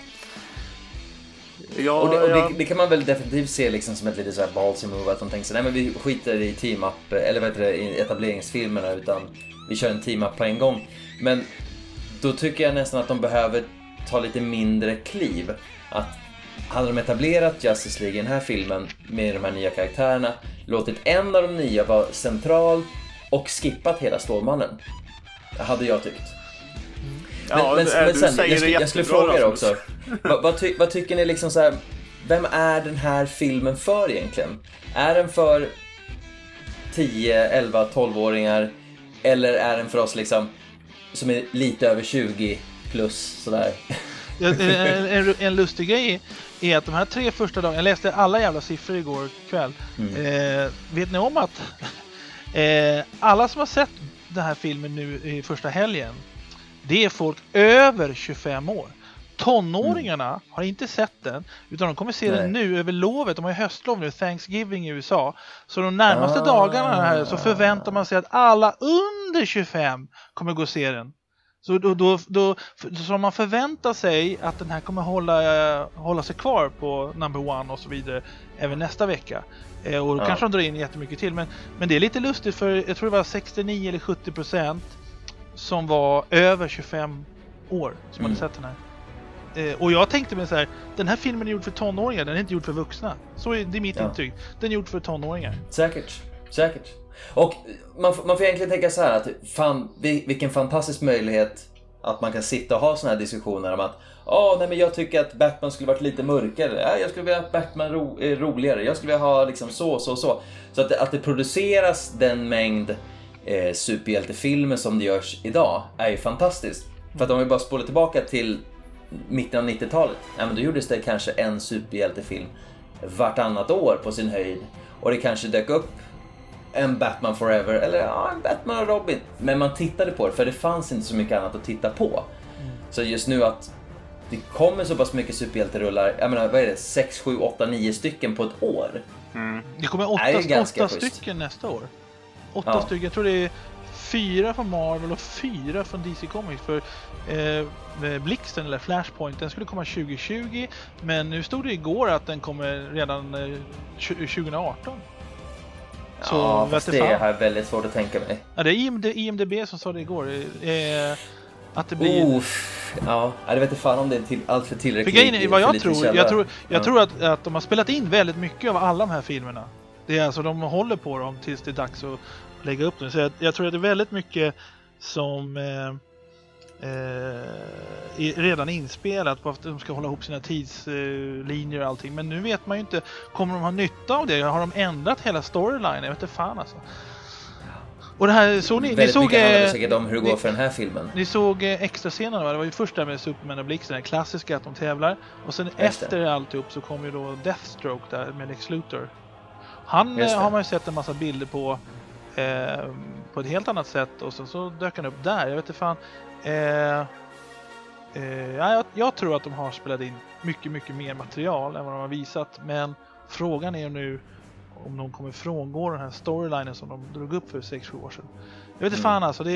Det kan man väl definitivt se liksom som ett lite så här ballsy move, att de tänker så nej, men vi skiter i team-up eller vad heter det, i etableringsfilmerna, utan vi kör en team-up på en gång. Men då tycker jag nästan att de behöver ta lite mindre kliv. Att hade de etablerat Justice League i den här filmen med de här nya karaktärerna, låtit en av de nya vara central och skippat hela Stålmannen, hade jag tyckt. Men sen, jag skulle fråga er också. Vad tycker ni liksom så här, vem är den här filmen för egentligen? Är den för 10, 11, 12-åringar? Eller är den för oss liksom som är lite över 20 plus sådär? En lustig grej är att de här 3 första dagarna, jag läste alla jävla siffror igår kväll. Vet ni om att alla som har sett den här filmen nu i första helgen, det är folk över 25 år. Tonåringarna har inte sett den, utan de kommer se den nu över lovet. De har ju höstlov nu, Thanksgiving i USA. Så de närmaste dagarna här så förväntar man sig att alla under 25 kommer gå och se den. Så man förväntar sig att den här kommer hålla sig kvar på number 1 och så vidare även nästa vecka. Och då kanske de drar in jättemycket till. Men det är lite lustigt, för jag tror det var 69 eller 70% som var över 25 år som hade sett den här. Och jag tänkte mig så här, den här filmen är gjord för tonåringar, den är inte gjord för vuxna. Så är det mitt intryck. Den är gjord för tonåringar. Säkert. Och man får egentligen tänka så här att fan, vilken fantastisk möjlighet att man kan sitta och ha såna här diskussioner om att nej, men jag tycker att Batman skulle varit lite mörkare. Jag skulle vilja att Batman roligare. Jag skulle vilja ha liksom så. Så att det produceras den mängd superhjältefilmer som det görs idag är ju fantastiskt. För att om vi bara spolar tillbaka till mitten av 90-talet, men då gjordes det kanske en superhjältefilm vartannat år på sin höjd. Och det kanske dök upp en Batman Forever eller en Batman och Robin. Men man tittade på det för det fanns inte så mycket annat att titta på. Så just nu att det kommer så pass mycket superhjälterullar, jag menar, vad är det? 6, 7, 8, 9 stycken på ett år. Det kommer 8 stycken nästa år. 8 stycken, jag tror det är 4 från Marvel och 4 från DC Comics. För Blixten eller Flashpoint, den skulle komma 2020, men nu stod det igår att den kommer redan 2018. Så ja, fast det är väldigt svårt att tänka mig. Ja, det är IMDb som sa det igår. Att det blir... Ja, jag vet inte fan om det är allt för tillräckligt. För grejen är vad jag tror att de har spelat in väldigt mycket av alla de här filmerna. Det är alltså, de håller på dem tills det är dags att lägga upp dem. Så jag tror att det är väldigt mycket som är redan inspelat på att de ska hålla ihop sina tidslinjer och allting. Men nu vet man ju inte, kommer de ha nytta av det? Har de ändrat hela storylinen? Jag vet inte fan alltså. Och det här, så ni såg säkert om hur det går för den här filmen. Ni såg extra scenen, va? Det var ju först där med Superman och Blixten, den klassiska att de tävlar. Och sen efter alltihop så kom ju då Deathstroke där med Lex Luthor. Han har man ju sett en massa bilder på ett helt annat sätt, och så dök han upp där. Jag vet inte fan. Jag tror att de har spelat in mycket, mycket mer material än vad de har visat. Men frågan är nu om de kommer frångå den här storylinen som de drog upp för 6-7 år sedan. Jag vet inte fan alltså.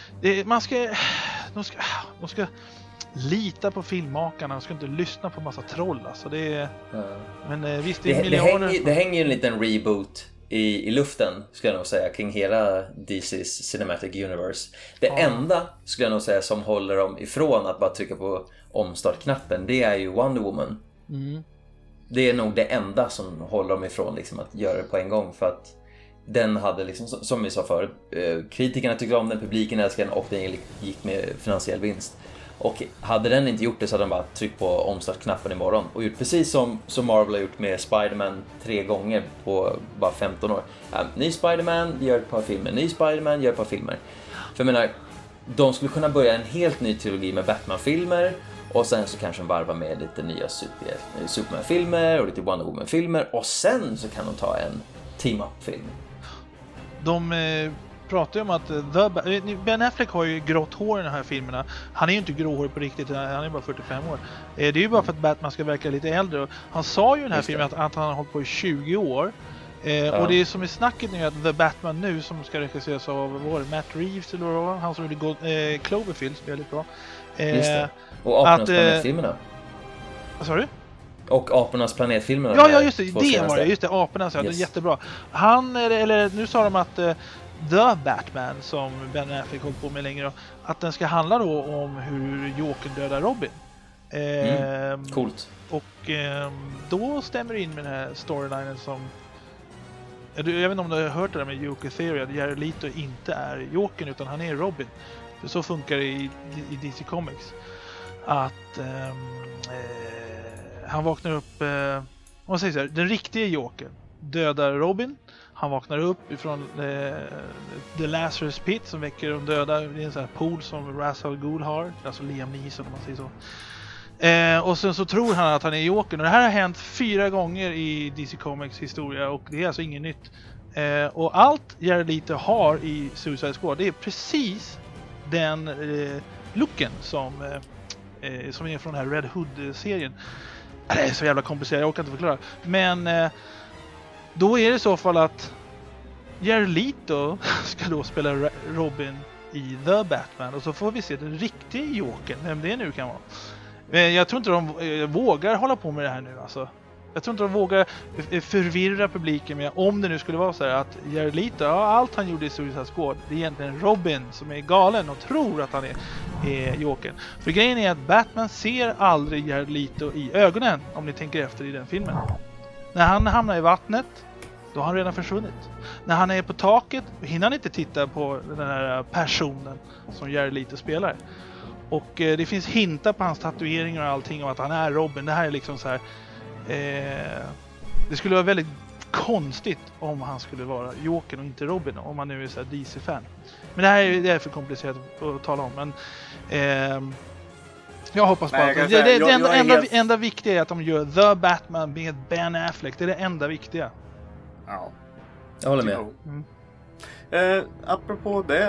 De ska lita på filmmakarna. De ska inte lyssna på massa troll alltså. Men visst, det är miljarder. Det hänger ju en liten reboot i luften, skulle jag nog säga, kring hela DC's Cinematic Universe. Det enda, skulle jag nog säga, som håller dem ifrån att bara trycka på omstartknappen, det är ju Wonder Woman. Det är nog det enda som håller dem ifrån liksom, att göra det på en gång. För att den hade, liksom, som vi sa förut, kritikerna tyckte om den, publiken älskade den och den gick med finansiell vinst. Och hade den inte gjort det så hade de bara tryckt på omstartknappen imorgon och gjort precis som Marvel har gjort med Spider-Man 3 gånger på bara 15 år. Ny Spider-Man, gör ett par filmer. Ny Spider-Man, gör ett par filmer. För jag menar, de skulle kunna börja en helt ny trilogi med Batman-filmer och sen så kanske de varvar med lite nya Superman-filmer och lite Wonder Woman-filmer och sen så kan de ta en team-up-film. De pratar ju om att Ben Affleck har ju grått hår i de här filmerna. Han är ju inte gråhårig på riktigt, han är bara 45 år. Det är ju bara för att Batman ska verka lite äldre. Han sa ju i den här filmen att han har hållit på i 20 år. Och det är som i snacket nu att The Batman nu, som ska regisseras av Matt Reeves eller vad, han som gjorde Cloverfield, som är väldigt bra. Just det. Och Apornas planetfilmerna. Vad sa du? Och Apornas planetfilmerna. Ja, just det. Det var det. Just det, Apornas. Ja, det är jättebra. Nu sa de att The Batman, som Ben Affleck hållit på med längre då, att den ska handla då om hur Joker dödar Robin. Coolt. Och då stämmer det in med den här storylinen som... Jag vet inte om du har hört det där med Joker Theory, att Jared Leto inte är Jokern utan han är Robin. För så funkar det i DC Comics. Att han vaknar upp... om man säger så här, den riktiga Jokern dödar Robin. Han vaknar upp ifrån The Lazarus Pit som väcker de döda. Det är en sån här pool som Ra's al Ghul har. Alltså Liam Neeson om man säger så. Och sen så tror han att han är Jokern. Och det här har hänt 4 gånger i DC Comics historia. Och det är alltså inget nytt. Och allt Jared Leto har i Suicide Squad, det är precis den looken som är från den här Red Hood-serien. Det är så jävla komplicerat, jag orkar inte förklara. Men... då är det i så fall att Jared Leto ska då spela Robin i The Batman. Och så får vi se den riktiga Jokern, vem det nu kan vara. Men jag tror inte de vågar hålla på med det här nu alltså. Jag tror inte de vågar förvirra publiken med, om det nu skulle vara så här att Jared Leto, allt han gjorde i Suicide Squad, det är egentligen Robin som är galen och tror att han är Jokern. För grejen är att Batman ser aldrig Jared Leto i ögonen, om ni tänker efter i den filmen. När han hamnar i vattnet, då har han redan försvunnit. När han är på taket hinner han inte titta på den här personen som Jared Leto spelar. Och det finns hintar på hans tatueringar och allting om att han är Robin. Det här är liksom så här... det skulle vara väldigt konstigt om han skulle vara Jokern och inte Robin, om man nu är så här DC-fan. Men det är för komplicerat att tala om. Men jag hoppas på att det enda viktiga är att de gör The Batman med Ben Affleck. Det är det enda viktiga. Ja. Jag håller med. Apropå det,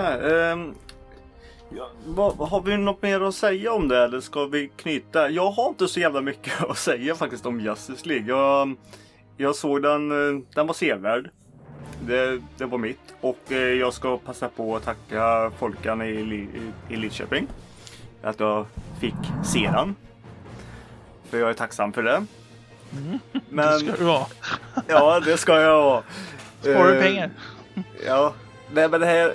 har vi något mer att säga om det, eller ska vi knyta? Jag har inte så jävla mycket att säga faktiskt om Justice League. Jag såg den var sevärd. det var mitt. Och jag ska passa på att tacka folkan i Lidköping att jag fick se den. För jag är tacksam för det. Men, det ska du vara. Ja, det ska jag vara. Sparar du pengar? Ja, men det här...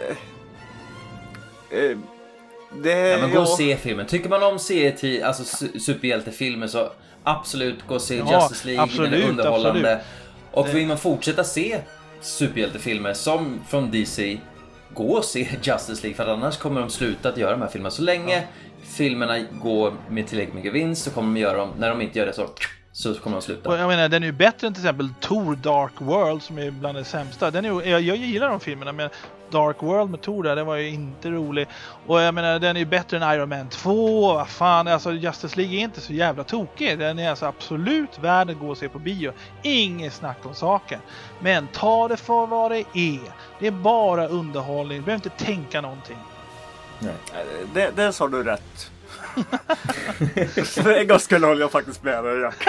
Ja, men gå och se filmen. Tycker man om alltså superhjältefilmer, så absolut gå och se Justice League. Absolut, den är underhållande. Absolut. Och vill man fortsätta se superhjältefilmer som från DC, gå och se Justice League, för annars kommer de sluta att göra de här filmerna. Så länge filmerna går med tillräckligt mycket vinst så kommer de göra dem. När de inte gör det så kommer de sluta. Och jag menar, den är ju bättre än till exempel Thor Dark World, som är bland det sämsta. Jag gillar de filmerna, men Dark World med Thor där, det var ju inte rolig. Och jag menar, den är ju bättre än Iron Man 2. Vad fan, alltså Justice League är inte så jävla tokig. Den är alltså absolut värd att gå och se på bio. Inget snack om saken. Men ta det för vad det är. Det är bara underhållning. Du behöver inte tänka någonting. Nej. Det sa du rätt. För en gång skulle hålla jag faktiskt med dig, Jack.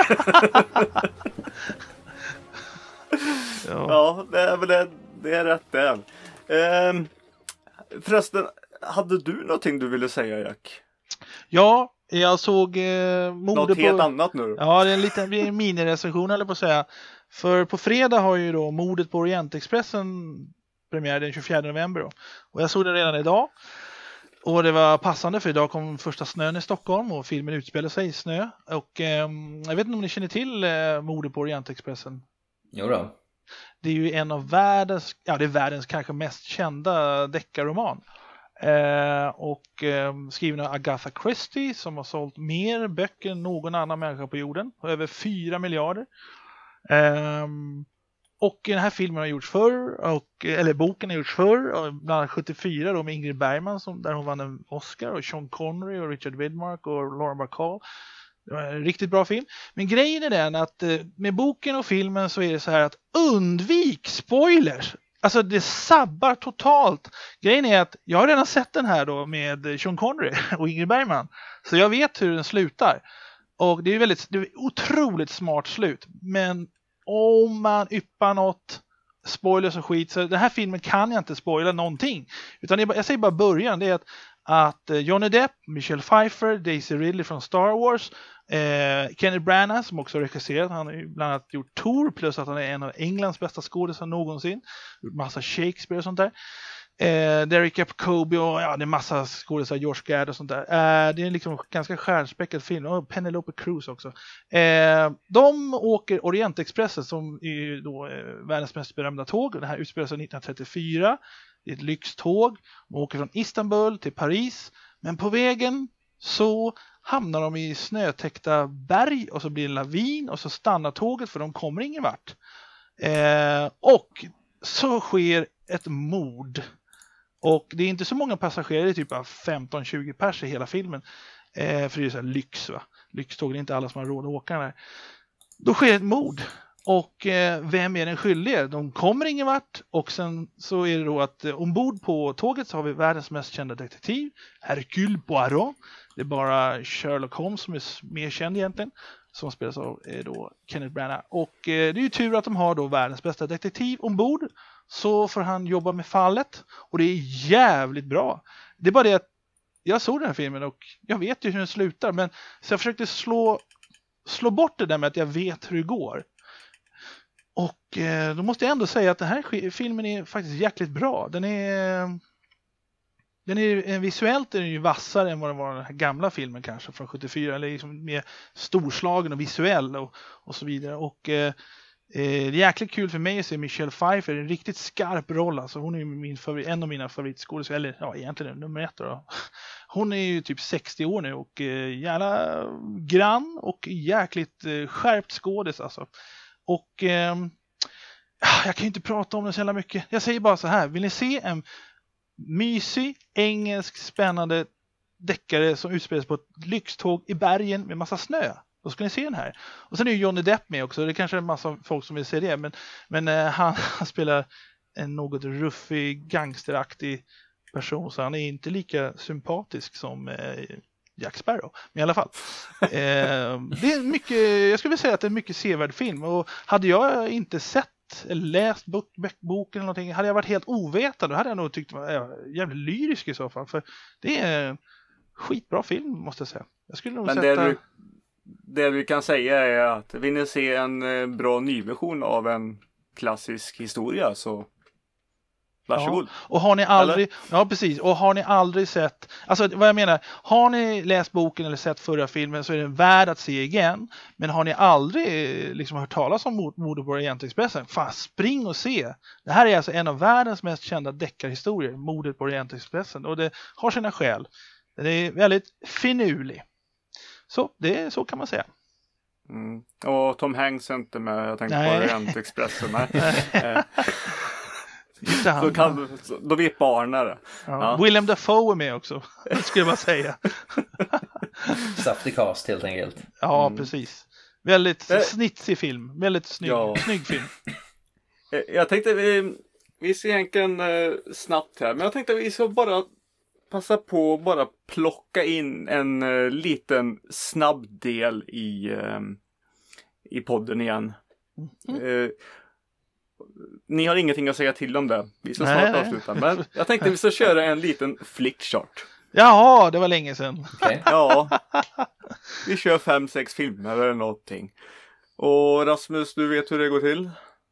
Ja, det är rätt där. Förresten, hade du någonting du ville säga, Jack? Ja, jag såg något helt annat nu. Ja, det är en liten minirecension, eller på att säga. För på fredag har ju då Mordet på Orientexpressen premiär den 24 november då. Och jag såg den redan idag. Och det var passande, för idag kom första snön i Stockholm och filmen utspelar sig i snö. Och jag vet inte om ni känner till Mordet på Orientexpressen? Jo då. Det är ju en av världens kanske mest kända deckarroman. Skriven av Agatha Christie, som har sålt mer böcker än någon annan människa på jorden. Över 4 miljarder. Och den här filmen har gjorts förr, eller boken har gjorts förr, bland annat 74 då, med Ingrid Bergman där hon vann en Oscar, och Sean Connery och Richard Widmark och Lauren Bacall. Det var en riktigt bra film. Men grejen är den att med boken och filmen så är det så här att undvik spoilers. Alltså det sabbar totalt. Grejen är att jag har redan sett den här då med Sean Connery och Ingrid Bergman. Så jag vet hur den slutar. Och det är otroligt smart slut. Men om man yppar något spoilers och skit, så den här filmen kan jag inte spoila någonting. Utan jag säger bara början, det är att Johnny Depp, Michelle Pfeiffer, Daisy Ridley från Star Wars, Kenneth Branagh som också har regisserat, han har ju bland annat gjort Thor, plus att han är en av Englands bästa skådespelare någonsin, gjort massa Shakespeare och sånt där. Derek Jacobi och det är massa skådespelare, George Gad och sånt där. Det är liksom ganska stjärnspäckad film, och Penelope Cruz också. De åker Orientexpressen, som är då världens mest berömda tåg. Det här utspelar sig 1934. Det är ett lyxtåg. De åker från Istanbul till Paris, men på vägen så hamnar de i snötäckta berg, och så blir det lavin, och så stannar tåget för de kommer ingen vart. Och så sker ett mord. Och det är inte så många passagerare, det är typ 15-20 pers i hela filmen. För det är så här lyx, va? Lyxtåg, det är inte alla som har råd att åka där. Då sker ett mord. Och vem är den skyldige? De kommer ingen vart. Och sen så är det då att ombord på tåget så har vi världens mest kända detektiv, Hercule Poirot. Det är bara Sherlock Holmes som är mer känd egentligen, som spelas av då Kenneth Branagh. Och det är ju tur att de har då världens bästa detektiv ombord, så får han jobba med fallet. Och det är jävligt bra. Det är bara det att jag såg den här filmen och jag vet ju hur den slutar, men så jag försökte slå bort det där med att jag vet hur det går. Och då måste jag ändå säga att den här filmen är faktiskt jäkligt bra. Den är visuellt är den ju vassare än vad det var den här gamla filmen kanske från 74, eller liksom mer storslagen och visuell och så vidare. Och det är jäkligt kul för mig att se Michelle Pfeiffer i en riktigt skarp roll. Alltså hon är ju en av mina favoritskådespelare, eller ja, egentligen nummer 1 då. Hon är ju typ 60 år nu och jävla grann och jäkligt skärpt skådis alltså. Och jag kan ju inte prata om det så jävla mycket. Jag säger bara så här, vill ni se en mysig, engelsk, spännande deckare som utspelas på ett lyxtåg i bergen med massa snö, då ska ni se den här. Och sen är ju Johnny Depp med också. Det är kanske en massa folk som vill se det, men han spelar en något ruffig, gangsteraktig person, så han är inte lika sympatisk som Jack Sparrow, men i alla fall. Det är mycket, jag skulle vilja säga att det är en mycket sevärd film, och hade jag inte sett sett eller läst boken eller någonting, hade jag varit helt ovetande, då hade jag nog tyckt det var jävligt lyrisk i så fall. För det är en skitbra film, måste jag säga. Jag skulle nog sätta... det du kan säga är att vill ni se en bra nyversion av en klassisk historia, så varsågod. Ja. Och har ni aldrig, ja precis, och har ni aldrig sett, alltså vad jag menar, har ni läst boken eller sett förra filmen så är den värd att se igen. Men har ni aldrig liksom hört talas om mordet på Orientexpressen, fan spring och se. Det här är alltså en av världens mest kända deckarhistorier, mordet på Orientexpressen, och det har sina skäl. Den är väldigt finurlig. Så kan man säga. Mm. Och Tom Hanks är inte med, jag tänkte på Orientexpressen. Då vet barnen det. Ja. Willem Dafoe är med också, skulle jag bara säga. Saftig cast helt enkelt. Ja, precis. Väldigt snitsig film. Väldigt snygg film. Jag tänkte vi ser egentligen snabbt här, men jag tänkte att vi ska bara passa på att bara plocka in en liten snabb del i podden igen. Ni har ingenting att säga till om det. Vi ska snart avsluta. Men jag tänkte vi ska köra en liten flickchart. Jaha, det var länge sedan. Okay. Ja. Vi kör 5-6 filmer eller någonting. Och Rasmus, du vet hur det går till?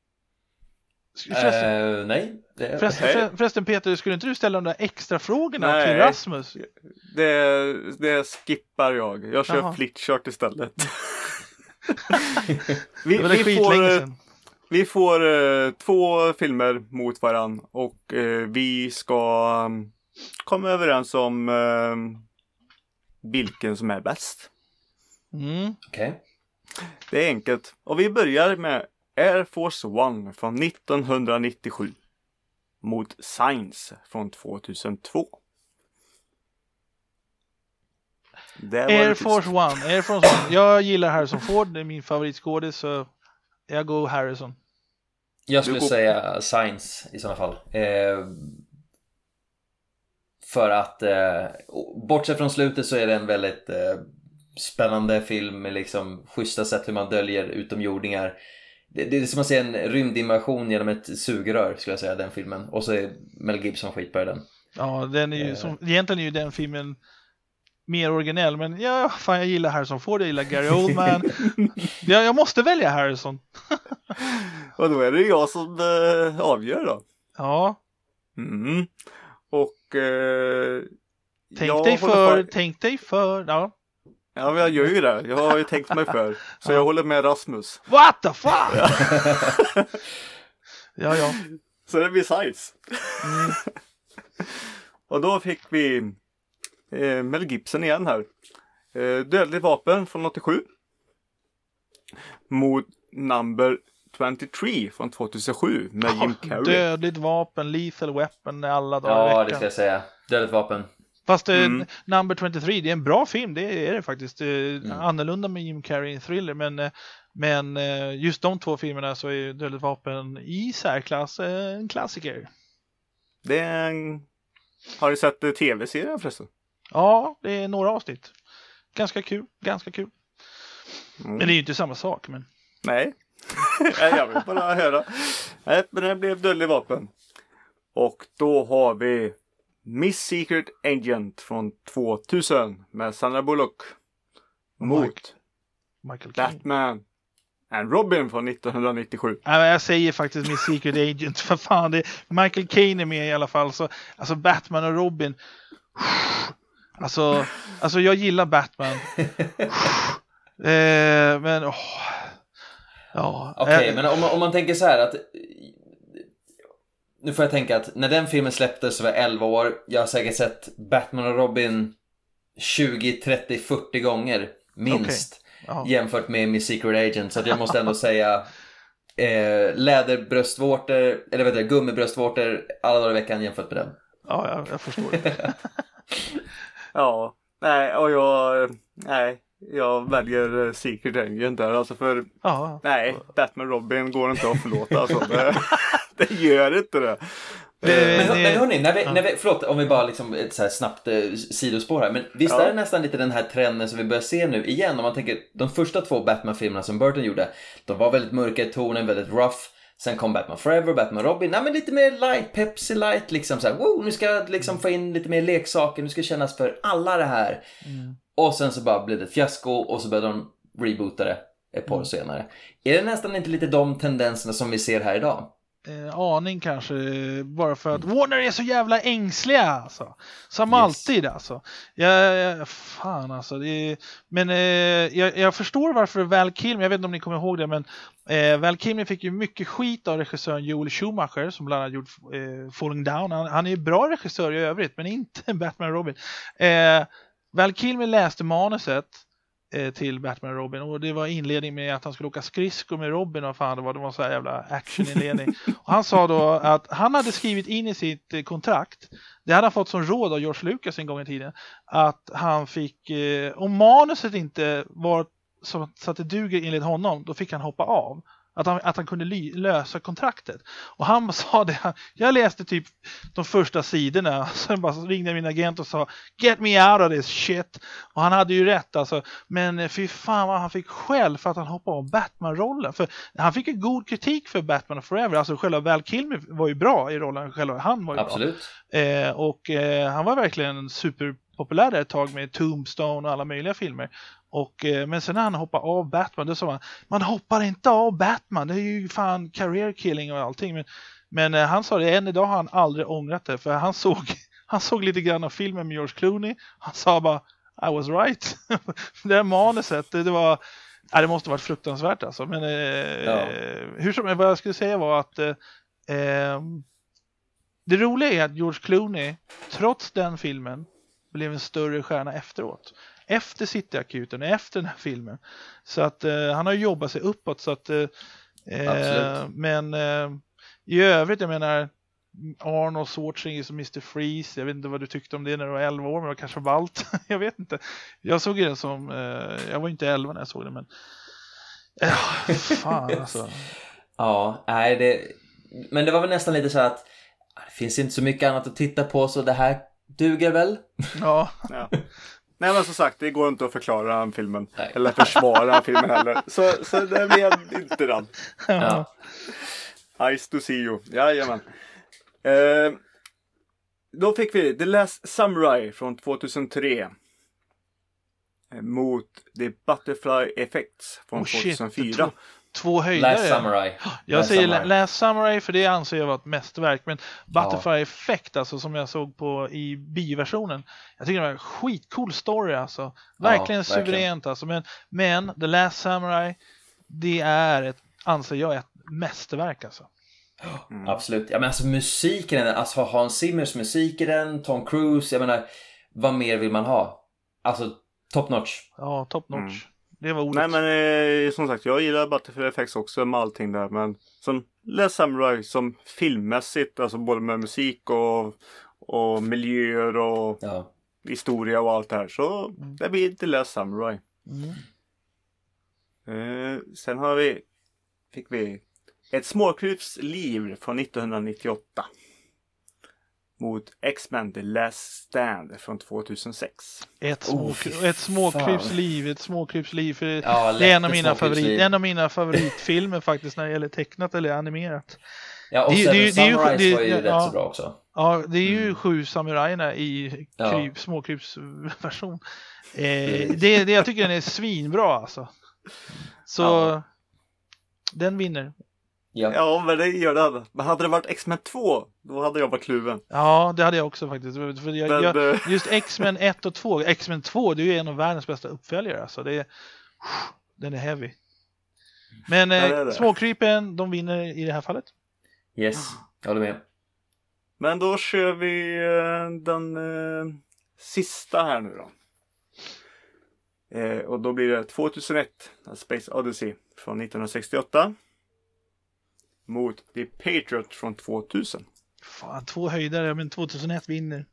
Nej. Förresten Peter, skulle inte du ställa de där extra frågorna till Rasmus? Det skippar jag. Jag kör flickchart istället. Vi får 2 filmer mot varann och vi ska komma överens om vilken som är bäst. Okay. Det är enkelt. Och vi börjar med Air Force One från 1997 mot Signs från 2002. Air Force One. Jag gillar Harrison Ford, det är min favoritskådis, så jag går Harrison. Jag skulle säga Signs i sådana fall. För att bortsett från slutet så är det en väldigt spännande film med liksom schyssta sätt hur man döljer utomjordingar. Det är som att se en rymdinvasion genom ett sugrör, skulle jag säga, den filmen. Och så är Mel Gibson skit på den. Ja, den är ju egentligen är ju den filmen mer originell, men jag gillar Harrison Ford, jag gillar Gary Oldman. jag måste välja Harrison. Och då är det jag som avgör då. Ja. Och tänk dig för. Ja. Ja, men jag gör ju det. Jag har ju tänkt mig för. Så jag håller med Rasmus. What the fuck? Ja. Så det blir Signs. Och då fick vi Mel Gibson igen här. Dödligt vapen från 87. Mot Number 23 från 2007 med Jim Carrey. Dödligt vapen, Lethal Weapon alla dagar i veckan. Ja, det ska jag säga. Dödligt vapen. Fast Number 23, det är en bra film, det är det faktiskt. Annorlunda med Jim Carrey i en thriller, men just de 2 filmerna så är Dödligt vapen i särklass en klassiker. Har du sett tv-serien förresten? Ja, det är några avsnitt. Ganska kul. Men det är ju inte samma sak, men... Nej, jag vill bara höra. Nej, men det blev Dödligt vapen. Och då har vi Miss Secret Agent från 2000 med Sandra Bullock mot Michael Batman and Robin från 1997. Jag säger faktiskt Miss Secret Agent, för fan, det Michael Caine är med i alla fall, så alltså Batman och Robin. Alltså jag gillar Batman. Men Okej, men om man tänker så här att nu får jag tänka att när den filmen släpptes så var jag 11 år. Jag har säkert sett Batman och Robin 20, 30, 40 gånger minst. Jämfört med Miss Secret Agent. Så att jag måste ändå säga läderbröstvårtor, eller gummibröstvårtor alla dagar i veckan jämfört med den. Ja, jag förstår det. Ja, nej, och jag väljer Secret Agent där, alltså för nej, Batman Robin går inte att förlåta, alltså. Det gör inte det. Men hörni, när vi, förlåt om vi bara liksom ett så här snabbt sidospår här, men visst är det nästan lite den här trenden som vi börjar se nu igen, om man tänker de första 2 Batman-filmerna som Burton gjorde, de var väldigt mörka i tonen, väldigt rough. Sen kom Batman Forever, Batman Robin. Nej, men lite mer light, Pepsi light liksom så här. Wow, nu ska jag liksom få in lite mer leksaker. Nu ska det kännas för alla det här. Och sen så bara blev det ett fiasko. Och så började de reboota det ett par år senare. Är det nästan inte lite de tendenserna som vi ser här idag? Aning kanske, bara för att Warner är så jävla ängsliga alltså. Som alltid alltså. Fan alltså. Men jag förstår varför Val Kilmer, jag vet inte om ni kommer ihåg det, men Val Kilmer fick ju mycket skit av regissören Joel Schumacher som bland annat gjort Falling Down. Han är ju bra regissör i övrigt, men inte Batman och Robin. Val Kilmer läste manuset till Batman och Robin, och det var inledning med att han skulle åka skridskor med Robin och fan, det var så här jävla actioninledning. Och han sa då att han hade skrivit in i sitt kontrakt, det hade han fått som råd av George Lucas en gång i tiden, att han fick, om manuset inte var så att det duger enligt honom, då fick han hoppa av. Att han kunde lösa kontraktet. Och han sa det, jag läste typ de första sidorna, sen bara ringde min agent och sa get me out of this shit. Och han hade ju rätt alltså. Men fy fan vad han fick skäll för att han hoppade av Batman-rollen. För han fick ju god kritik för Batman Forever. Alltså själva Val Kilmer var ju bra i rollen, själva han var ju absolut bra. Och han var verkligen superpopulär där ett tag med Tombstone och alla möjliga filmer. Men sen när han hoppade av Batman, då sa man hoppar inte av Batman, det är ju fan career killing och allting. Men han sa det, än idag har han aldrig ångrat det, för han såg lite grann av filmen med George Clooney. Han sa bara, I was right. Det här manuset, det måste varit fruktansvärt alltså. Men hur som, vad jag skulle säga var att det roliga är att George Clooney, trots den filmen, blev en större stjärna efteråt. Efter Cityakuten, efter den här filmen. Så att han har jobbat sig uppåt. Så att, men i övrigt, jag menar, Arnold Schwarzenegger som Mr. Freeze. Jag vet inte vad du tyckte om det när du var 11 år, men det var kanske valt. Jag vet inte. Jag såg det som, jag var inte 11 när jag såg det, men fan alltså. Ja, nej, men det var väl nästan lite så att det finns inte så mycket annat att titta på, så det här duger väl? Ja. Nej, men som sagt, det går inte att förklara den filmen. Nej. Eller försvara filmen heller. Så det blev inte den. Ice to see you. Jajamän. Då fick vi The Last Samurai från 2003. Mot The Butterfly Effects från 2004. Två höjdare. Last Samurai. Jag säger Last Samurai för det anser jag var ett mästerverk. Men Butterfly Effect, alltså, som jag såg på i bioversionen, jag tycker det var en skitcool story alltså. Verkligen suveränt alltså. Men The Last Samurai, det är anser jag ett mästerverk alltså. Absolut. Ja, men alltså musiken, alltså Hans Zimmers musik i den, Tom Cruise, jag menar, vad mer vill man ha? Alltså top notch. Ja, top notch. Det var ordet. Nej, men som sagt, jag gillar Butterfly Effects också med allting där, men som Last Samurai som filmmässigt, alltså både med musik och miljöer och historia och allt det här, så det blir inte Last Samurai. Sen fick vi Ett småkryps liv från 1998 mot X-Men The Last Stand från 2006. Ett småkrypsliv för det är en av mina favoritfilmer faktiskt när det gäller tecknat eller animerat. Ja, och Seven Samurais var ju rätt så bra också. Ja, det är ju 7 samurajerna i småkrypsversion. Jag tycker den är svinbra alltså. Så den vinner. Ja, men det gör det. Men hade det varit X-Men 2, då hade jag varit kluven. Ja, det hade jag också faktiskt. För just X-Men 1 och 2. X-Men 2, det är ju en av världens bästa uppföljare. Alltså. Den är heavy. Men småkrypen, de vinner i det här fallet. Yes, jag håller med. Men då kör vi den sista här nu då. Och då blir det 2001, Space Odyssey från 1968. Mot The Patriot från 2000. Fan, 2 höjdare, men 2001 vinner.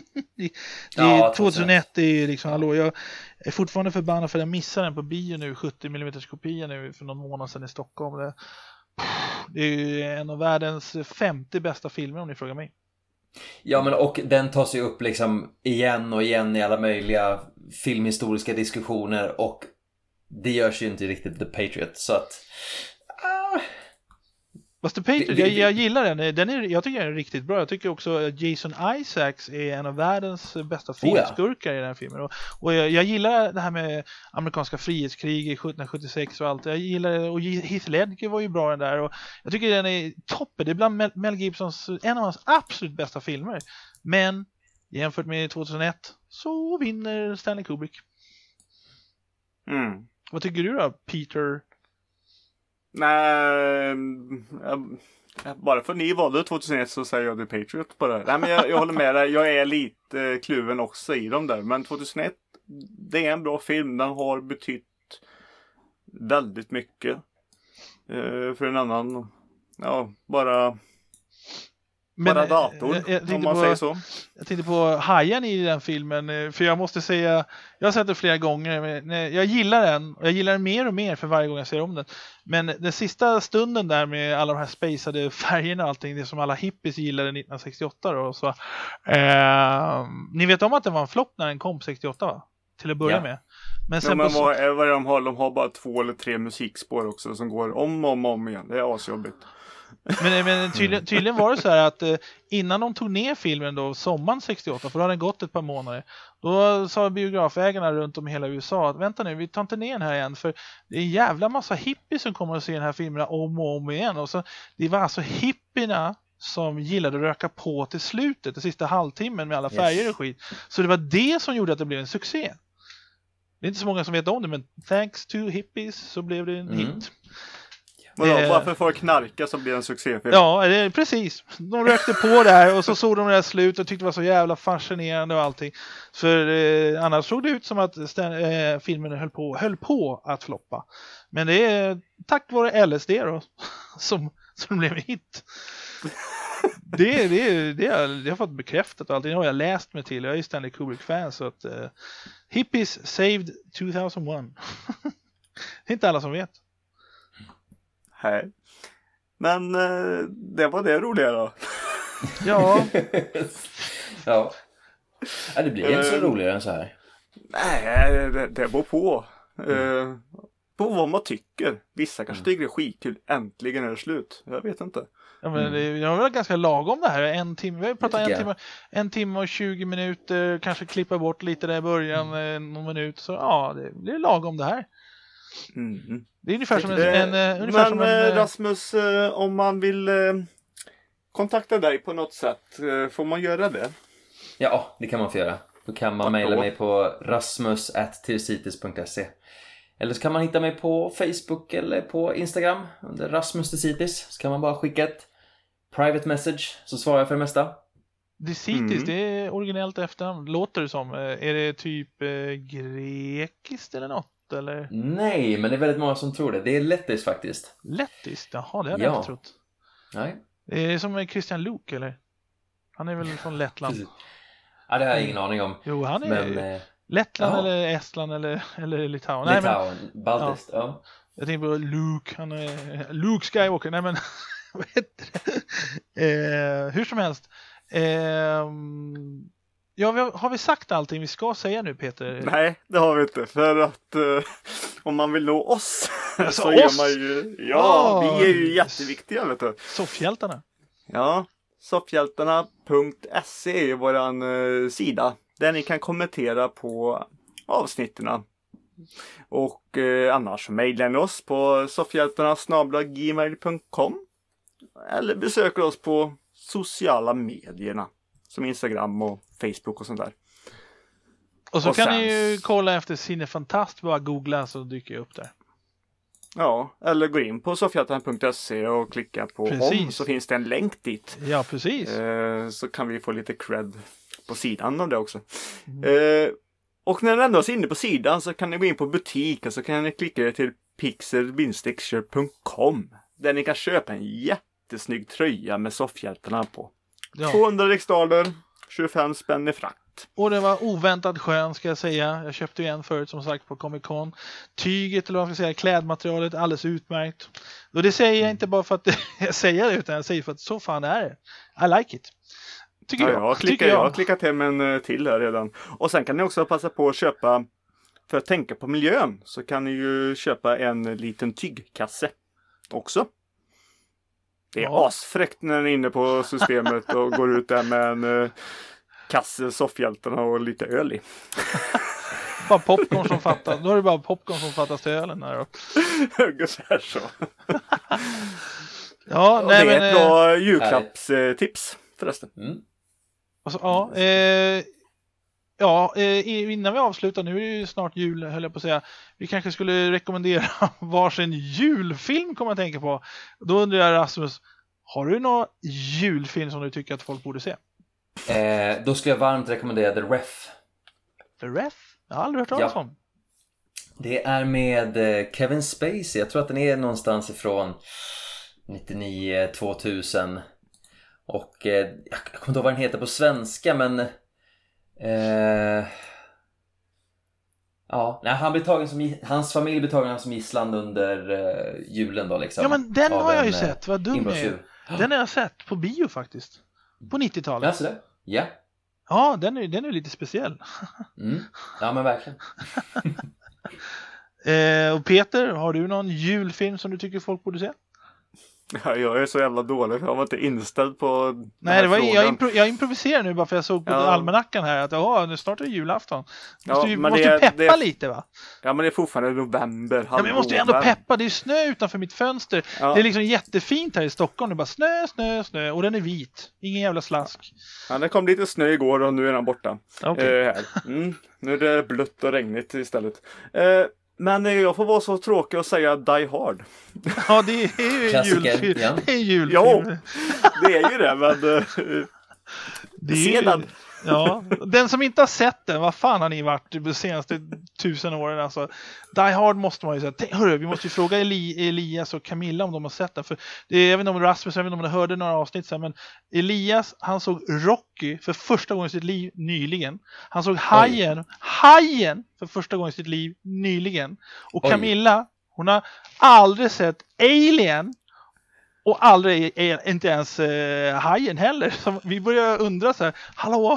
2001 är liksom, hallå, jag är fortfarande förbannad för att jag missade den på bio nu, 70 mm kopia nu för någon månad sedan i Stockholm. Det är en av världens 50 bästa filmer om ni frågar mig. Ja, men och den tar sig upp liksom igen och igen i alla möjliga filmhistoriska diskussioner, och det görs ju inte riktigt The Patriot, så att Buster Patriot, jag gillar den. Jag tycker den är riktigt bra. Jag tycker också att Jason Isaacs är en av världens bästa filmskurkar i den här filmen. Och jag gillar det här med amerikanska frihetskrig i 1776 och allt. Jag gillar det. Och Heath Ledger var ju bra den där. Och jag tycker den är toppen. Det är bland Mel Gibsons, en av hans absolut bästa filmer. Men jämfört med 2001 så vinner Stanley Kubrick. Vad tycker du då, Peter? Nej, bara för ni valde 2001 så säger jag The Patriot på det. Nej, men jag håller med dig. Jag är lite kluven också i dem där. Men 2001, det är en bra film. Den har betytt väldigt mycket för en annan, bara dator, om man säger så. Jag tänkte på hajen i den filmen, för jag måste säga, jag har sett det flera gånger, men jag gillar den, och jag gillar den mer och mer för varje gång jag ser om den. Men den sista stunden där med alla de här spacade färgerna och allting, det som alla hippies gillade 1968 då, så, ni vet om att det var en flopp när den kom 68, va? Till att börja med. Men sen men vad är det de har? De har bara 2 eller 3 musikspår också som går om igen. Det är asjobbigt. Men tydligen var det så här att innan de tog ner filmen då sommaren 68, för då hade den gått ett par månader, då sa biografägarna runt om i hela USA att vänta nu, vi tar inte ner den här igen, för det är en jävla massa hippies som kommer att se den här filmen om och om igen. Och så, det var alltså hippierna som gillade att röka på till slutet, den sista halvtimmen med alla färger och skit. Så det var det som gjorde att det blev en succé. Det är inte så många som vet om det, men thanks to hippies så blev det en hit. Varför får knarka så blir det en succéfilm? Ja, precis. De rökte på där och så såg de det där slut och tyckte det var så jävla fascinerande och allting. För annars såg det ut som att filmen höll på att floppa. Men det är tack vare LSD då som blev en hit. Det har fått bekräftat och allting. Det har jag läst mig till. Jag är ju Stanley Kubrick-fan, så att hippies saved 2001. Det är inte alla som vet. Nej. Men det var det roliga då. Ja. Ja, det blir inte så roligare än så här. Nej, det beror på. På vad man tycker. Vissa kanske tycker det är skitkul. Äntligen är det slut. Jag vet inte. Ja, men det var väl ganska lagom det här. En timme, vi har pratat en timme och 20 minuter. Kanske klippa bort lite där i början. Någon minut. Så ja, det blir lagom det här. Det är ungefär som en Rasmus, om man vill kontakta dig på något sätt, får man göra det? Ja, det kan man få göra. Då kan man mejla mig på rasmus@thersites.se. Eller så kan man hitta mig på Facebook eller på Instagram under Rasmus Thersites. Så kan man bara skicka ett private message, så svarar jag för det mesta. Thersites, det är originellt efternamn. Låter det som? Är det typ grekiskt eller något? Eller? Nej, men det är väldigt många som tror det. Det är lettiskt faktiskt. Lettiskt? Jaha, det hade jag inte trott. Nej. Det är som Christian Luuk, eller? Han är väl från Lettland? Precis. Ja, det har jag ingen aning om. Jo, han är Lettland eller Estland eller Litauen. Litauen, baltiskt, ja. Jag tänker på Luke, han är Luke Skywalker. Nej, men vad heter det? Hur som helst. Har vi sagt allting vi ska säga nu, Peter? Nej, det har vi inte. För att om man vill nå oss alltså, så gör man ju... Ja, vi är ju jätteviktiga, vet du. Soffhjältarna. Ja, soffhjältarna.se är ju våran sida. Där ni kan kommentera på avsnitterna. Och annars mejlar ni oss på soffhjältarna@gmail.com. Eller besöker oss på sociala medierna. Som Instagram och Facebook och sånt där. Och så kan ni ju kolla efter Cinefantast, bara googla så dyker jag upp där. Ja, eller gå in på soffhjältarna.se och klicka på om, så finns det en länk dit. Ja, precis. Så kan vi få lite cred på sidan om det också. Och när ni ändå är inne på sidan så kan ni gå in på butik och så kan ni klicka till pixel-shop.com där ni kan köpa en jättesnygg tröja med soffhjältarna på. Ja. 200 riksdaler, 25 spänn i frakt. Och det var oväntat skön, ska jag säga. Jag köpte ju en förut, som sagt, på Comic Con. Tyget, eller vad man ska säga, klädmaterialet, alldeles utmärkt. Och det säger jag inte bara för att jag säger det, utan jag säger för att så fan är det. I like it. Tycker jag. Jag har klickat hem en till här redan. Och sen kan ni också passa på att köpa, för att tänka på miljön, så kan ni ju köpa en liten tygkasse också. Det är asfräckt när den är inne på systemet och går ut där med en kasse soffhjältarna och lite öl i. Bara popcorn som fattas. Då är det bara popcorn som fattas till ölen här då. Ungefär så. Ja, nej, det är ett bra julklappstips förresten. Alltså, innan vi avslutar, nu är det ju snart jul höll jag på att säga. Vi kanske skulle rekommendera varsin julfilm kommer jag tänka på. Då undrar jag, Rasmus, har du någon julfilm som du tycker att folk borde se? Då skulle jag varmt rekommendera The Ref. The Ref? Jag har aldrig hört talas om. Det är med Kevin Spacey. Jag tror att den är någonstans ifrån 99-2000. Och jag kommer inte ihåg vad den heter på svenska, men han blir tagen som hans familj blir tagen som gisslan under julen då liksom. Ja, men den har jag ju sett. Vad dum jag är. Den har jag sett på bio faktiskt. På 90-talet. Alltså det? Ja. Ja, den är lite speciell. Ja, men verkligen. Och Peter, har du någon julfilm som du tycker folk borde se? Ja, jag är så jävla dålig för jag var inte inställd på nej, det var jag improviserar nu bara för jag såg på almanackan här att nu startar julafton. Måste ju peppa lite, va? Ja, men det är fortfarande november. Ja, men jag måste ju ändå peppa. Det är snö utanför mitt fönster. Ja. Det är liksom jättefint här i Stockholm. Det är bara snö och den är vit. Ingen jävla slask. Ja, det kom lite snö igår och nu är den borta. Okay. Nu är det blött och regnigt istället. Men jag får vara så tråkig och säga Die Hard. Ja, det är ju julfilm. Ja. Det är julfilm. Ja, det är ju det, men sedan. Ja, den som inte har sett den, vad fan har ni varit de senaste 1000 åren alltså. Die Hard måste man ju säga. Hörru, vi måste ju fråga Elias och Camilla om de har sett den. För det är, även om Rasmus, även om de hörde några avsnitt sen, men Elias, han såg Rocky för första gången i sitt liv nyligen. Han såg Hajen för första gången i sitt liv nyligen. Och Camilla, hon har aldrig sett Alien. Och aldrig, inte ens Hajen heller. Så vi börjar undra så här, hallå,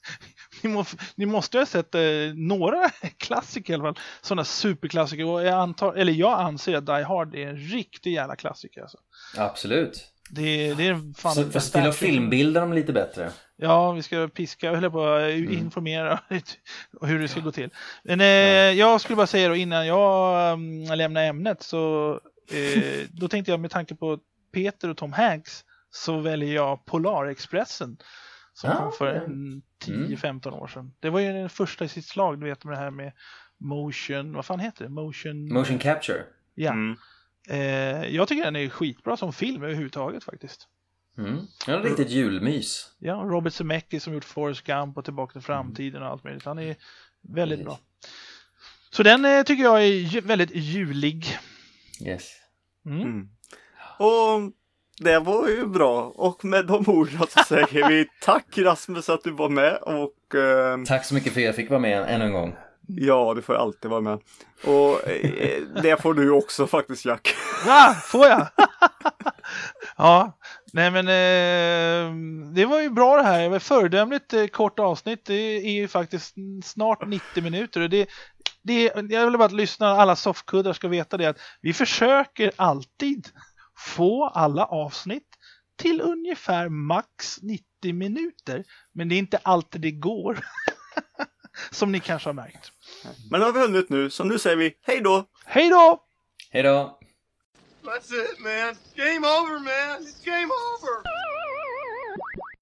ni måste ha sett några klassiker i alla fall. Sådana superklassiker. Och jag anser att Die Hard är en riktig jävla klassiker. Alltså. Absolut. Det är fan... Så för att filmbilda dem lite bättre. Ja, vi ska piska, eller på att informera hur det ska gå till. Men jag skulle bara säga då, innan jag lämnar ämnet så då tänkte jag med tanke på Peter och Tom Hanks så väljer jag Polarexpressen som kom för 10-15 år sedan. Det var ju den första i sitt slag, du vet, med det här med motion, vad fan heter det? Motion capture. Ja. Jag tycker den är skitbra som film överhuvudtaget faktiskt. Ja, en riktigt julmys. Ja, Robert Zemeckis som gjort Forrest Gump och Tillbaka till framtiden och allt möjligt. Han är väldigt bra. Så den tycker jag är väldigt julig. Yes. Och det var ju bra. Och med de orden så säger vi tack Rasmus att du var med. Och tack så mycket för att jag fick vara med än en gång. Ja, du får alltid vara med. Och det får du också faktiskt, Jack. Va? Får jag? Ja, nej men det var ju bra det här. Det var föredömligt kort avsnitt. Det är ju faktiskt snart 90 minuter. Och jag vill bara att lyssnarna, alla soffkuddar ska veta det, att vi försöker alltid få alla avsnitt till ungefär max 90 minuter. Men det är inte alltid det går. Som ni kanske har märkt. Men har vi hunnit nu, så nu säger vi hej då! Hej då! Hej då! That's it, man. Game over, man. It's game over.